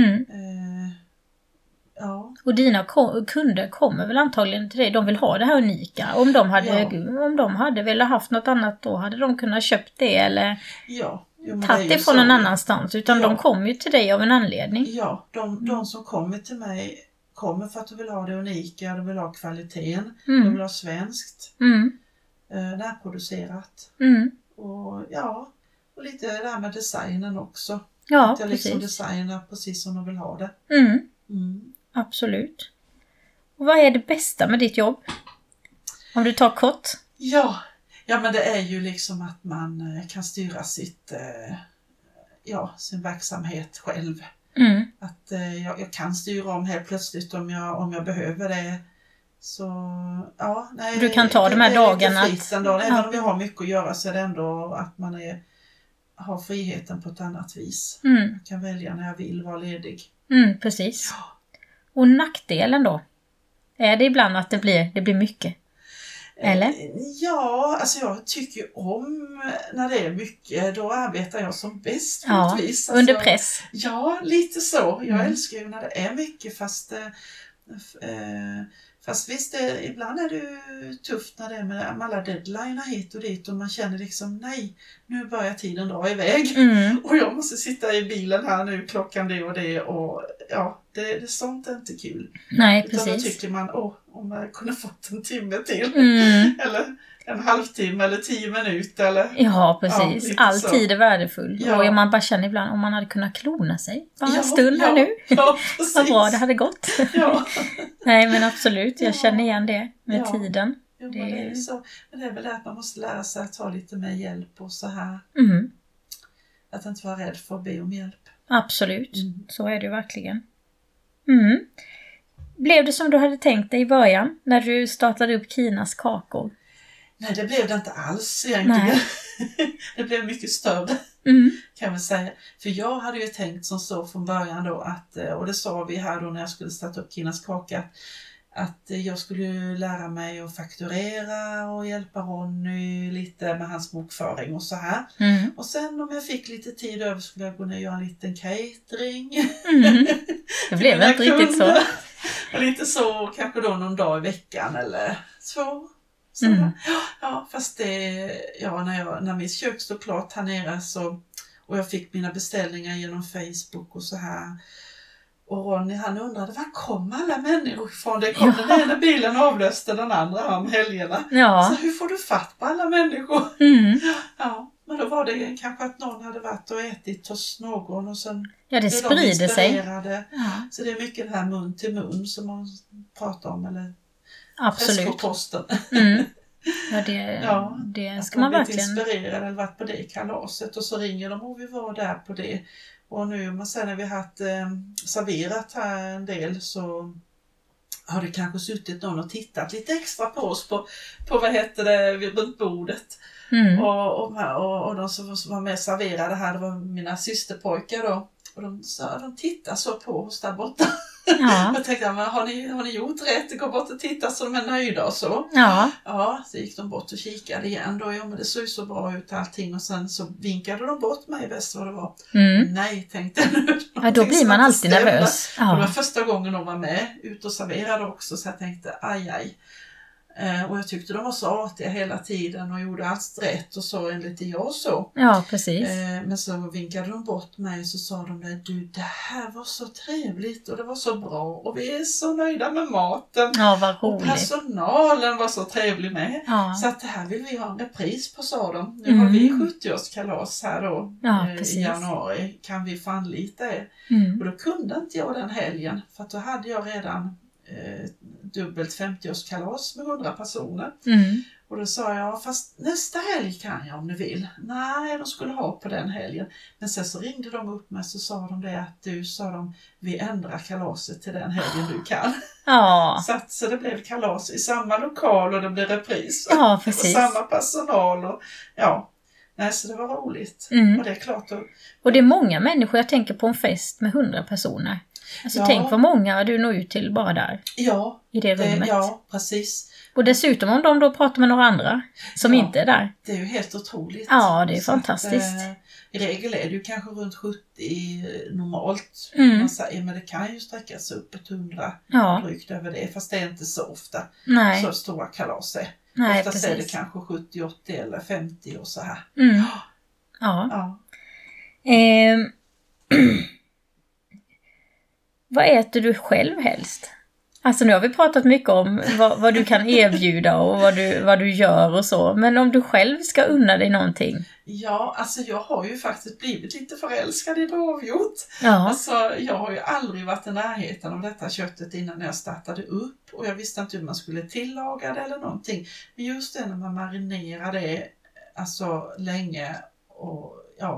Och dina kunder kommer väl antagligen till dig. De vill ha det här unika. Om de hade velat haft något annat, då hade de kunnat köpt det eller tagit det från någon annanstans. Utan de kommer ju till dig av en anledning. Ja, de som kommer till mig kommer för att de vill ha det unika. De vill ha kvaliteten. De vill ha svenskt. Närproducerat. Och lite det där med designen också. Ja, att jag liksom designar precis som de vill ha det. Absolut. Och vad är det bästa med ditt jobb? Om du tar kort. Ja, men det är ju liksom att man kan styra sin verksamhet själv. Att jag kan styra om helt plötsligt om jag behöver det. Så du kan ta de här dagarna. Även om jag har mycket att göra, så är det ändå att man har friheten på ett annat vis. Jag kan välja när jag vill vara ledig. Precis. Ja. Och nackdelen då? Är det ibland att det blir mycket? Eller? Ja, alltså jag tycker om när det är mycket, då arbetar jag som bäst. Alltså, under press. Ja, lite så. Jag älskar ju när det är mycket, fast visst, ibland är det tufft när det är med alla deadliner hit och dit och man känner liksom, nej, nu börjar tiden dra iväg och jag måste sitta i bilen här nu, klockan det och det, och det sånt är inte kul. Nej, utan precis. Då tycker man, om jag kunde fått en timme till eller en halvtimme eller 10 minuter eller... Ja, precis. All tid är värdefull. Ja. Och man bara känner ibland om man hade kunnat klona sig. Bara en stund här nu. Ja, vad bra det hade gått. Ja. Nej, men absolut. Jag känner igen det med tiden. Jo, det är så. Men det är väl det att man måste lära sig att ta lite mer hjälp och så här. Att inte vara rädd för att be om hjälp. Absolut. Så är det verkligen. Blev det som du hade tänkt dig i början när du startade upp Kinas kakor? Nej, det blev det inte alls egentligen. Det blev mycket större kan man säga. För jag hade ju tänkt som så från början då att, och det sa vi här då när jag skulle starta upp Kinas kaka, att jag skulle lära mig att fakturera och hjälpa Ronny lite med hans bokföring och så här. Och sen om jag fick lite tid över skulle jag gå ner och göra en liten catering. Det blev inte riktigt så. Och lite så kanske då någon dag i veckan eller 2. Ja, fast när mitt kök stod klart här nere och jag fick mina beställningar genom Facebook och så här. Och Ronny, han undrade, var kom alla människor ifrån? Det kom den ena bilen avlöste den andra om helgerna. Ja. Så hur får du fatt på alla människor? Ja, men då var det kanske att någon hade varit och ätit hos någon och sen... Ja, det sprider sig. Ja. Så det är mycket det här mun till mun som man pratar om, eller Absolut. Ja, det ska man verkligen... inspirerad eller varit på det kalaset och så ringer de och vi var där på det. Och nu när vi har serverat här en del så har det kanske suttit någon och tittat lite extra på oss på vad heter det runt bordet. Och de som var med serverade här, det var mina systerpojkar då. Och de tittar så på oss där borta. Ja. Jag tänkte, men har ni gjort rätt? Gå bort och titta så de är nöjda och så. Ja, så gick de bort och kikade igen då. Ja, men det såg ju så bra ut allting. Och sen så vinkade de bort mig bäst vad det var. Nej, tänkte jag nu. Ja, då blir man alltid nervös. Ja. Och det var första gången de var med ut och serverade också. Så jag tänkte, aj. Och jag tyckte de var så artiga hela tiden och gjorde allt rätt och så enligt jag så. Ja, precis. Men så vinkade de bort mig och så sa de det här var så trevligt och det var så bra och vi är så nöjda med maten. Ja, vad roligt. Och personalen var så trevlig med. Ja. Så att det här vill vi ha en repris på, sa de. Nu har vi 70-årskalas här då i januari. Kan vi få anlita er? Och då kunde inte jag den helgen för att då hade jag redan dubbelt 50-årskalas med 100 personer. Och då sa jag, fast nästa helg kan jag om du vill. Nej, de skulle ha på den helgen. Men sen så ringde de upp mig så sa de det att sa de, vi ändrar kalaset till den helgen du kan. Ja. Så det blev kalas i samma lokal och det blev repris. Ja, precis. Och samma personal och nej, så det var roligt. Och det är klart. Och det är många människor, jag tänker på en fest med 100 personer. Alltså tänk vad många du når ut till bara där. Ja. I det rummet. Ja, precis. Och dessutom om de då pratar med några andra som inte är där. Det är ju helt otroligt. Ja, det är fantastiskt. I regel är det ju kanske runt 70 normalt. Man säger, men det kan ju sträckas upp ett 100 drygt över det. Fast det är inte så ofta så stora kalas är. Nej, oftast precis. är det kanske 70, 80 eller 50 och så här. Ja. Vad äter du själv helst? Alltså nu har vi pratat mycket om vad du kan erbjuda och vad du gör och så. Men om du själv ska unna dig någonting? Ja, alltså jag har ju faktiskt blivit lite förälskad i dovhjort. Ja. Alltså jag har ju aldrig varit i närheten av detta köttet innan jag startade upp. Och jag visste inte hur man skulle tillaga det eller någonting. Men just det när man marinerar det alltså länge och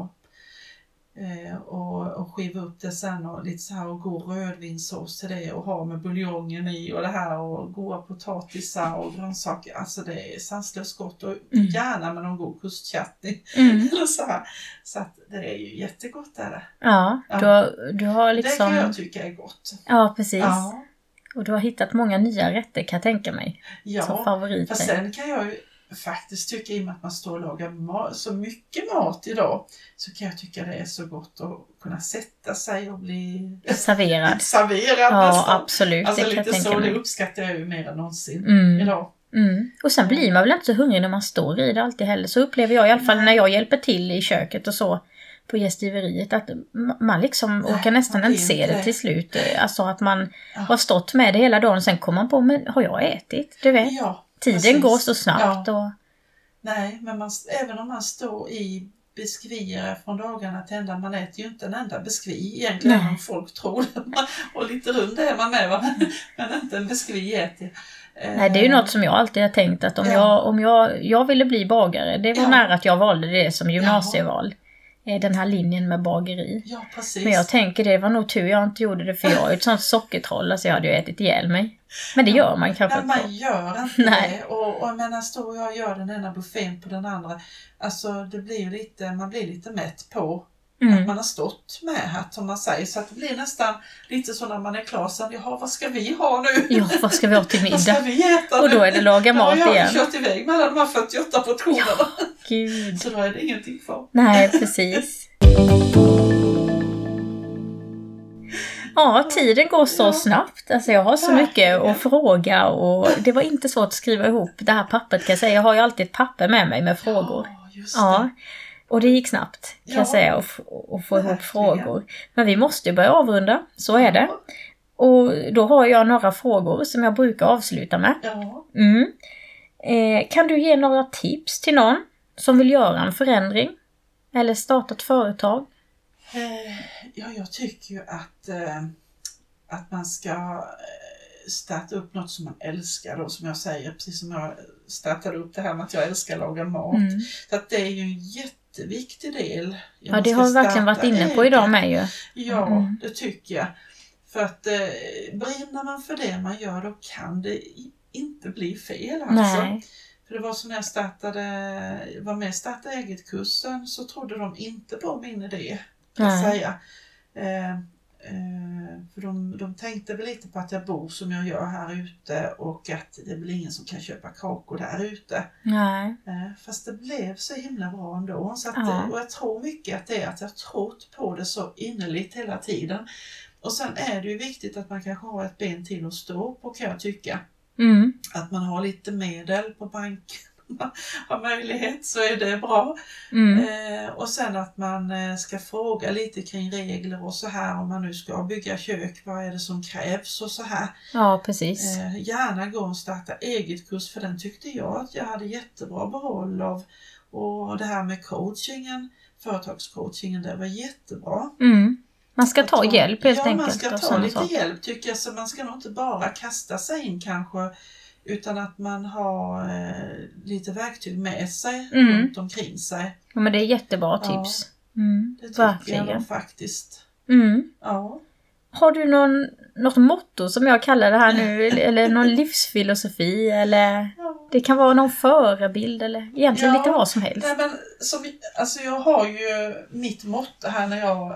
och skiva upp det sen och lite så här och god rödvinssås till det och ha med buljongen i och det här och goda potatisar och grönsaker. Alltså det är sanslöst gott och gärna med någon god kustchutney eller så här. Så att det är ju jättegott det. Ja, du har liksom... Det kan jag tycka är gott. Ja, precis. Ja. Och du har hittat många nya rätter kan jag tänka mig. Som favoriter. Fast sen kan jag ju faktiskt tycker i och med att man står och lagar så mycket mat idag så kan jag tycka det är så gott att kunna sätta sig och bli serverad ja, nästan. Absolut. Alltså det lite kan så, tänka det uppskattar jag ju mer än någonsin idag. Och sen blir man väl inte så hungrig när man står i det alltid heller. Så upplever jag i alla fall när jag hjälper till i köket och så på gästiveriet att man liksom orkar nästan inte se det till slut. Alltså att man har stått med det hela dagen och sen kommer man på, men har jag ätit? Du vet. Ja. Tiden går så snabbt. Och... Nej, men även om man står i biskvier från dagarna till ända, man äter ju inte en enda biskvi egentligen om folk tror det. Och lite rund är man med, va? Men inte en biskvi äter. Nej, det är ju något som jag alltid har tänkt att om jag ville bli bagare, det var nära att jag valde det som gymnasieval. Den här linjen med bageri. Ja, precis. Men jag tänker det var nog tur jag inte gjorde det för jag är ett sånt sockertroll så jag hade ju ätit ihjäl mig. Men det gör man kanske inte. Nej, man gör inte det. Och jag menar, står jag och gör den ena buffén på den andra. Alltså det blir ju lite, man blir lite mätt på att man har stått med här som man säger. Så att det blir nästan lite så när man är klar sen, vad ska vi ha nu? Ja, vad ska vi ha till middag? Vad ska vi äta nu? Och då är det laga mat igen. Jag har kört iväg med alla de här 48 portionerna. Ja, gud. Så då är det ingenting kvar. Nej, precis. Ja, tiden går så snabbt. Alltså jag har så mycket att fråga och det var inte svårt att skriva ihop det här pappret kan jag säga. Jag har ju alltid ett papper med mig med frågor. Ja, just det. Ja, och det gick snabbt kan jag säga att få ihop frågor. Men vi måste ju börja avrunda, så är det. Och då har jag några frågor som jag brukar avsluta med. Ja. Kan du ge några tips till någon som vill göra en förändring? Eller starta ett företag? Ja, jag tycker ju att man ska starta upp något som man älskar då, som jag säger, precis som jag startade upp det här med att jag älskar att laga mat. Så att det är ju en jätteviktig del. Ja, det har vi verkligen varit inne på idag med ju. Ja, det tycker jag. För att brinner man för det man gör, då kan det inte bli fel alltså. Nej. För det var som när jag var med starta eget-kursen så trodde de inte på min idé, kan jag säga. För de tänkte väl lite på att jag bor som jag gör här ute och att det är väl ingen som kan köpa kakor där ute. Nej. Fast det blev så himla bra ändå. Så att, och jag tror mycket att det är att jag trott på det så innerligt hela tiden. Och sen är det ju viktigt att man kanske har ett ben till att stå på, kan jag tycka. Att man har lite medel på banken, har möjlighet, så är det bra. Och sen att man ska fråga lite kring regler och så här, om man nu ska bygga kök, vad är det som krävs och så här. Ja, precis. Gärna gå och starta eget kurs, för den tyckte jag att jag hade jättebra behåll av. Och det här med coachingen, företagscoachingen, det var jättebra. Man ska ta hjälp helt enkelt. Ja, man ska ta lite hjälp tycker jag, så man ska nog inte bara kasta sig in kanske, utan att man har lite verktyg med sig runt omkring sig. Ja, men det är jättebra tips. Det tycker jag nog faktiskt. Ja. Har du något motto som jag kallar det här nu, eller någon livsfilosofi, eller det kan vara någon förebild, eller egentligen lite vad som helst? Nej, men jag har ju mitt motto här när jag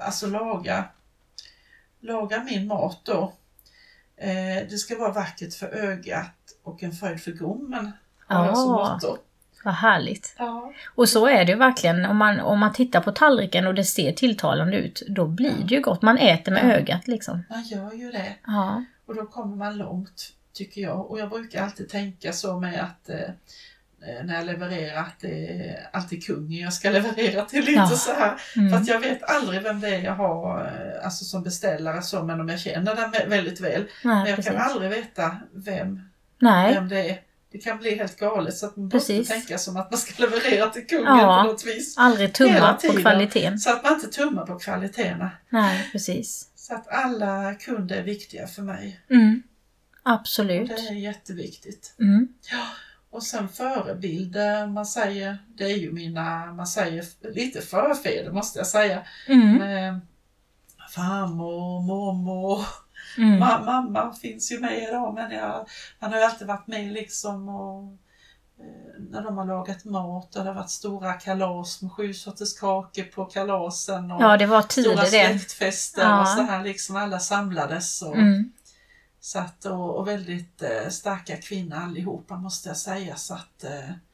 lagar min mat då. Det ska vara vackert för ögat och en fröjd för gommen. Har jag som motto. Vad härligt. Ja. Och så är det ju verkligen, om man tittar på tallriken och det ser tilltalande ut, då blir det ju gott. Man äter med ögat liksom. Man gör ju det. Ja. Och då kommer man långt, tycker jag. Och jag brukar alltid tänka så med att när jag levererar, att det är alltid kungen jag ska leverera till, lite så här. För att jag vet aldrig vem det är jag har som beställare, så, men om jag känner den väldigt väl. Men jag kan aldrig veta vem det är. Det kan bli helt galet, så att man måste tänka som att man ska leverera till kungen på något vis. Aldrig tumma på kvaliteten. Så att man inte tummar på kvaliteterna. Nej, precis. Så att alla kunder är viktiga för mig. Absolut. Och det är jätteviktigt. Ja. Och sen förebilder, man säger, det är ju man säger lite förfäder måste jag säga. Med farmor, mormor. Mamma finns ju med idag, men han har ju alltid varit med liksom, och när de har lagat mat och det har varit stora kalas med 7 sorters kakor på kalasen och det var stora släktfester och så här liksom, alla samlades och satt och väldigt starka kvinnor allihopa måste jag säga, så att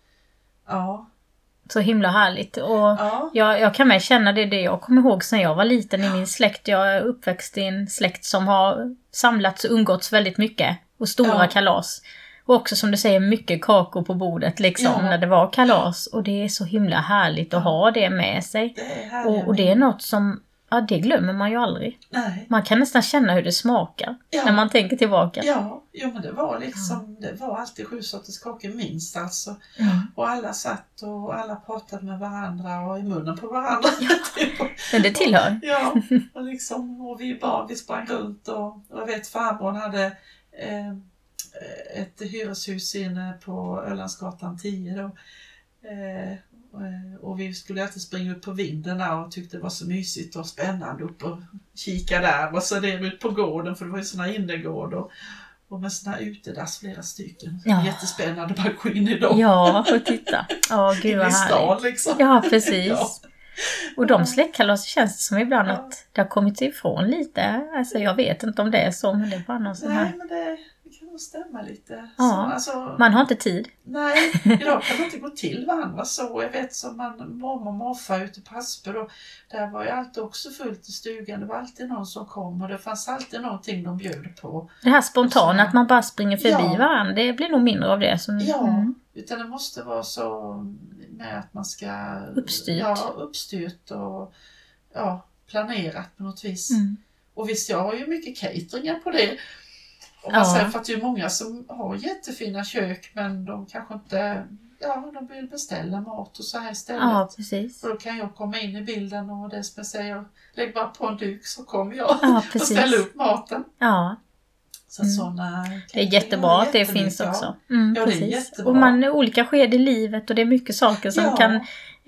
så himla härligt. Och jag kan med känna det jag kommer ihåg sen jag var liten i min släkt. Jag är uppväxt i en släkt som har samlats och umgåtts väldigt mycket. Och stora kalas. Och också som du säger, mycket kakor på bordet liksom när det var kalas. Och det är så himla härligt att ha det med sig. Och det är något som, det glömmer man ju aldrig. Nej. Man kan nästan känna hur det smakar när man tänker tillbaka. Ja, men det var liksom, det var alltid 7 sorters kakor minst alltså. Och alla satt och alla pratade med varandra och i munnen på varandra. Men det tillhör. Och liksom, och vi sprang runt och jag vet farmor hade ett hyreshus inne på Ölandsgatan 10 då. Och vi skulle alltid springa ut på vindarna och tyckte det var så mysigt och spännande upp och kika där. Och så det ut på gården, för det var ju såna innergård och med såna utedass flera stycken. Jättespännande bara gå in i dem. Ja, och titta. Gud vad härligt. Liksom. Ja, precis. Och de släktkalas känns det som ibland att det har kommit ifrån lite. Alltså jag vet inte om det är så, men det är bara någon sån här. Nej, men det kan nog stämma lite. Ja, man har inte tid. Nej, idag kan man inte gå till varandra så. Jag vet som mormor och morfar ute på Asper och där var ju alltid också fullt i stugan. Det var alltid någon som kom och det fanns alltid någonting de bjöd på. Det här spontana, att man bara springer förbi varandra, det blir nog mindre av det. Utan det måste vara så med att man ska uppstyrt och planerat på något vis. Och visst, jag har ju mycket cateringar på det. Och man säger, för att det är många som har jättefina kök, men de kanske inte, de vill beställa mat och så här istället. Ja, precis. Och då kan jag komma in i bilden och det som jag säger, lägg bara på en duk så kommer jag och ställa upp maten. Ja. Så såna, det är jättebra att det finns också. Ja, det är jättebra. Och man är olika sked i livet och det är mycket saker som kan,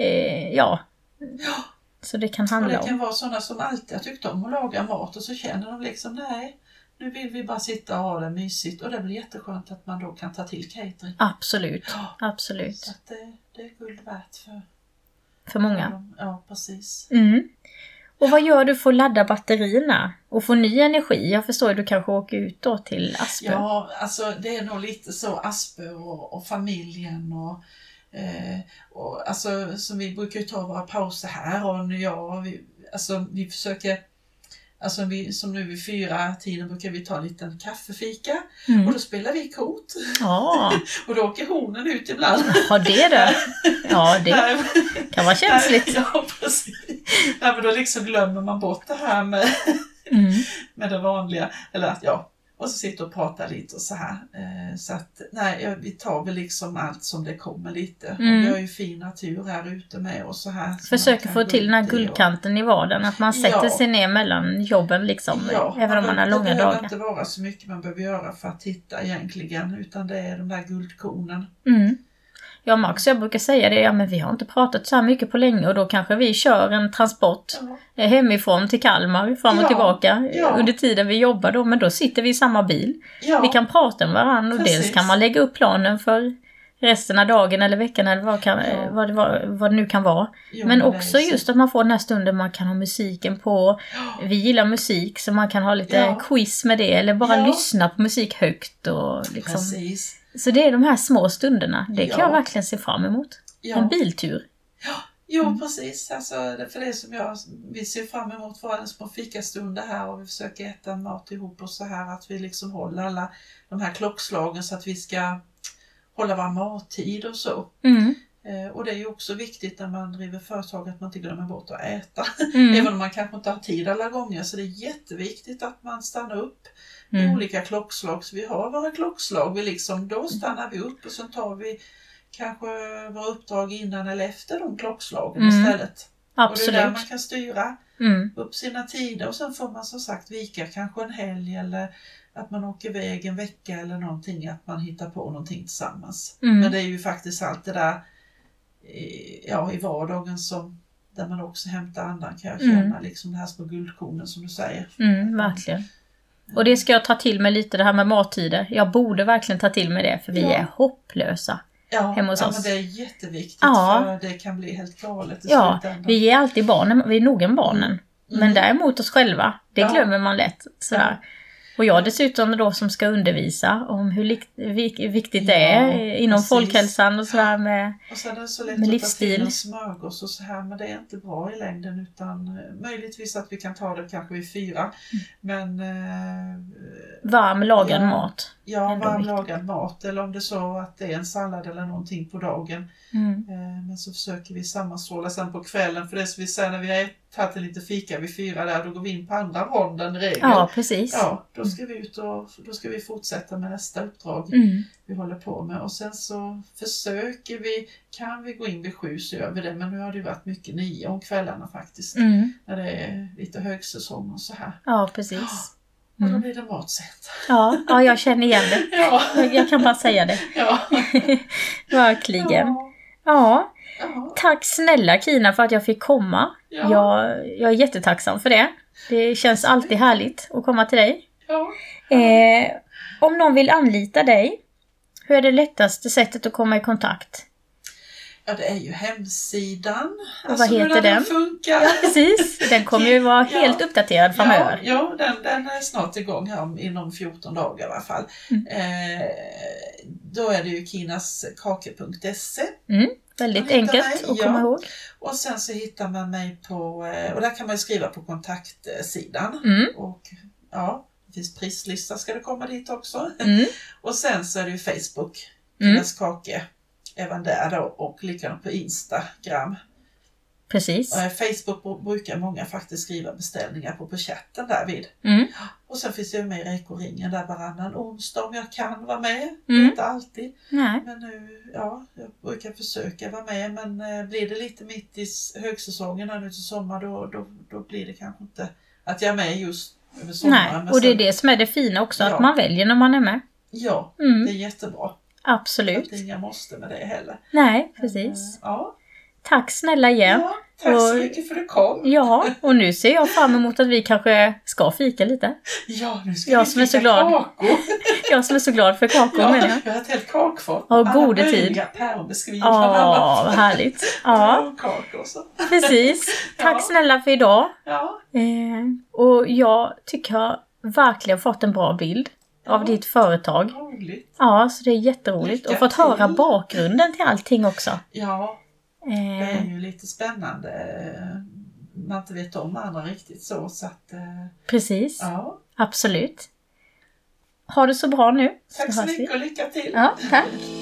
så det kan handla om. Och det kan vara sådana som alltid har tyckt om att laga mat och så känner de liksom, nej, nu vill vi bara sitta och ha det mysigt. Och det blir jätteskönt att man då kan ta till catering. Absolut, absolut. Så att det är guld värt för många. Ja, precis. Och vad gör du för att ladda batterierna och få ny energi? Jag förstår att du kanske åker ut då till Asper. Ja, alltså det är nog lite så Asper och familjen och alltså som vi brukar ta våra pauser här och vi försöker Alltså som nu vid 4-tiden brukar vi ta en liten kaffefika. Och då spelar vi kort. Ja. Och då åker honen ut ibland. Ja, det är det. Ja, det kan vara känsligt. Ja, precis. Nej, men då liksom glömmer man bort det här med det vanliga. Eller att och så sitter och pratar lite och så här. Så att vi tar väl liksom allt som det kommer lite. Och vi har ju fin natur här ute med och så här. Försöker få till den här guldkanten i vardagen. Att man sätter sig ner mellan jobben liksom. Även om man har långa dagar. Det behöver inte vara så mycket man behöver göra för att hitta egentligen. Utan det är de där guldkornen. Ja, Max, jag brukar säga det, men vi har inte pratat så här mycket på länge och då kanske vi kör en transport hemifrån till Kalmar, fram och tillbaka under tiden vi jobbar då, men då sitter vi i samma bil. Vi kan prata med varandra och dels kan man lägga upp planen för resten av dagen eller veckan eller vad det nu kan vara. Men också just att man får den här stunden man kan ha musiken på. Vi gillar musik så man kan ha lite quiz med det eller bara lyssna på musik högt och liksom. Precis. Så det är de här små stunderna. Det kan jag verkligen se fram emot. En biltur. Jo, precis. Alltså, för det som vi ser fram emot våra små fikastunder här och vi försöker äta mat ihop och så här att vi liksom håller alla de här klockslagen så att vi ska hålla vår mattid och så. Och det är ju också viktigt när man driver företag att man inte glömmer bort att äta. Även om man kanske inte har tid alla gånger så det är jätteviktigt att man stannar upp med olika klockslag. Så vi har våra klockslag, då stannar vi upp och så tar vi kanske våra uppdrag innan eller efter de klockslagen istället. Absolut. Och det är där man kan styra upp sina tider och sen får man som sagt vika kanske en helg eller att man åker iväg en vecka eller någonting, att man hittar på någonting tillsammans. Men det är ju faktiskt allt det där i vardagen där man också hämtar andan kan jag känna, liksom det här små guldkornen som du säger. Verkligen. Och det ska jag ta till mig lite, det här med mattider. Jag borde verkligen ta till mig det, för vi är hopplösa hemma hos oss. Men det är jätteviktigt för det kan bli helt galet i slutändan. Vi är alltid barnen, vi är nog en barnen. Men däremot oss själva, det glömmer man lätt. Sådär. Och jag dessutom då som ska undervisa om hur viktigt det är inom folkhälsan och sådär med livsstil. Och sen är det så lätt att ta till en smörgås och så här, men det är inte bra i längden utan möjligtvis att vi kan ta det kanske vid 4. Men varm lagad mat. Ja, varm lagad mat eller om det är så att det är en sallad eller någonting på dagen. Men så försöker vi sammanstråla sen på kvällen för det som vi säger när vi har tagit lite fika vid 4 där, då går vi in på andra ronden i regel. Ja, precis. Ja, då ska vi ut och då ska vi fortsätta med nästa uppdrag vi håller på med. Och sen så försöker vi, kan vi gå in vid 7 så gör vi det. Men nu har det ju varit mycket 9 om kvällarna faktiskt. När det är lite högsäsong och så här. Ja, precis. Och då blir det matsätt. Ja, jag känner igen det. Jag kan bara säga det. Verkligen. Ja. Tack snälla Kina för att jag fick komma. Jag är jättetacksam för det. Det känns alltid härligt att komma till dig. Om någon vill anlita dig, hur är det lättaste sättet att komma i kontakt? Ja, det är ju hemsidan. Och vad heter den? Funkar. Ja, precis. Den kommer ju vara helt uppdaterad framöver. Ja, den är snart igång här inom 14 dagar i alla fall. Då är det ju kinaskake.se. Väldigt enkelt att komma ihåg. Och sen så hittar man mig på, och där kan man skriva på kontaktsidan. Och det finns prislista ska det komma dit också. Och sen så är det ju Facebook, Kinaskake. Även där då och likadant på Instagram. Precis. Facebook brukar många faktiskt skriva beställningar på chatten där vid. Och sen finns det med i Reko-ringen där varannan onsdag om jag kan vara med. Inte alltid. Nej. Men nu, jag brukar försöka vara med. Men blir det lite mitt i högsäsongen här nu till sommar då blir det kanske inte att jag är med just över sommaren. Nej, och det är det som är det fina också, att man väljer när man är med. Ja, det är jättebra. Absolut. Att inga måste med det heller. Nej, precis. Tack snälla igen. Ja, tack så mycket för att du kom. Ja, och nu ser jag fram emot att vi kanske ska fika lite. Ja, nu ska vi fika kakor. Jag som är så glad för kakor menar jag. Jag har ett helt kakfat. Och gode tid. Ja, vad härligt. Ja, kakor så. Precis. Tack snälla för idag. Ja. Och jag tycker jag verkligen fått en bra bild av ditt företag. Roligt. Ja, så det är jätteroligt. Och fått höra bakgrunden till allting också. Ja, det är ju lite spännande man inte vet om andra riktigt så att... Precis, ja. Absolut. Ha det så bra nu. Tack så mycket och lycka till. Ja, tack.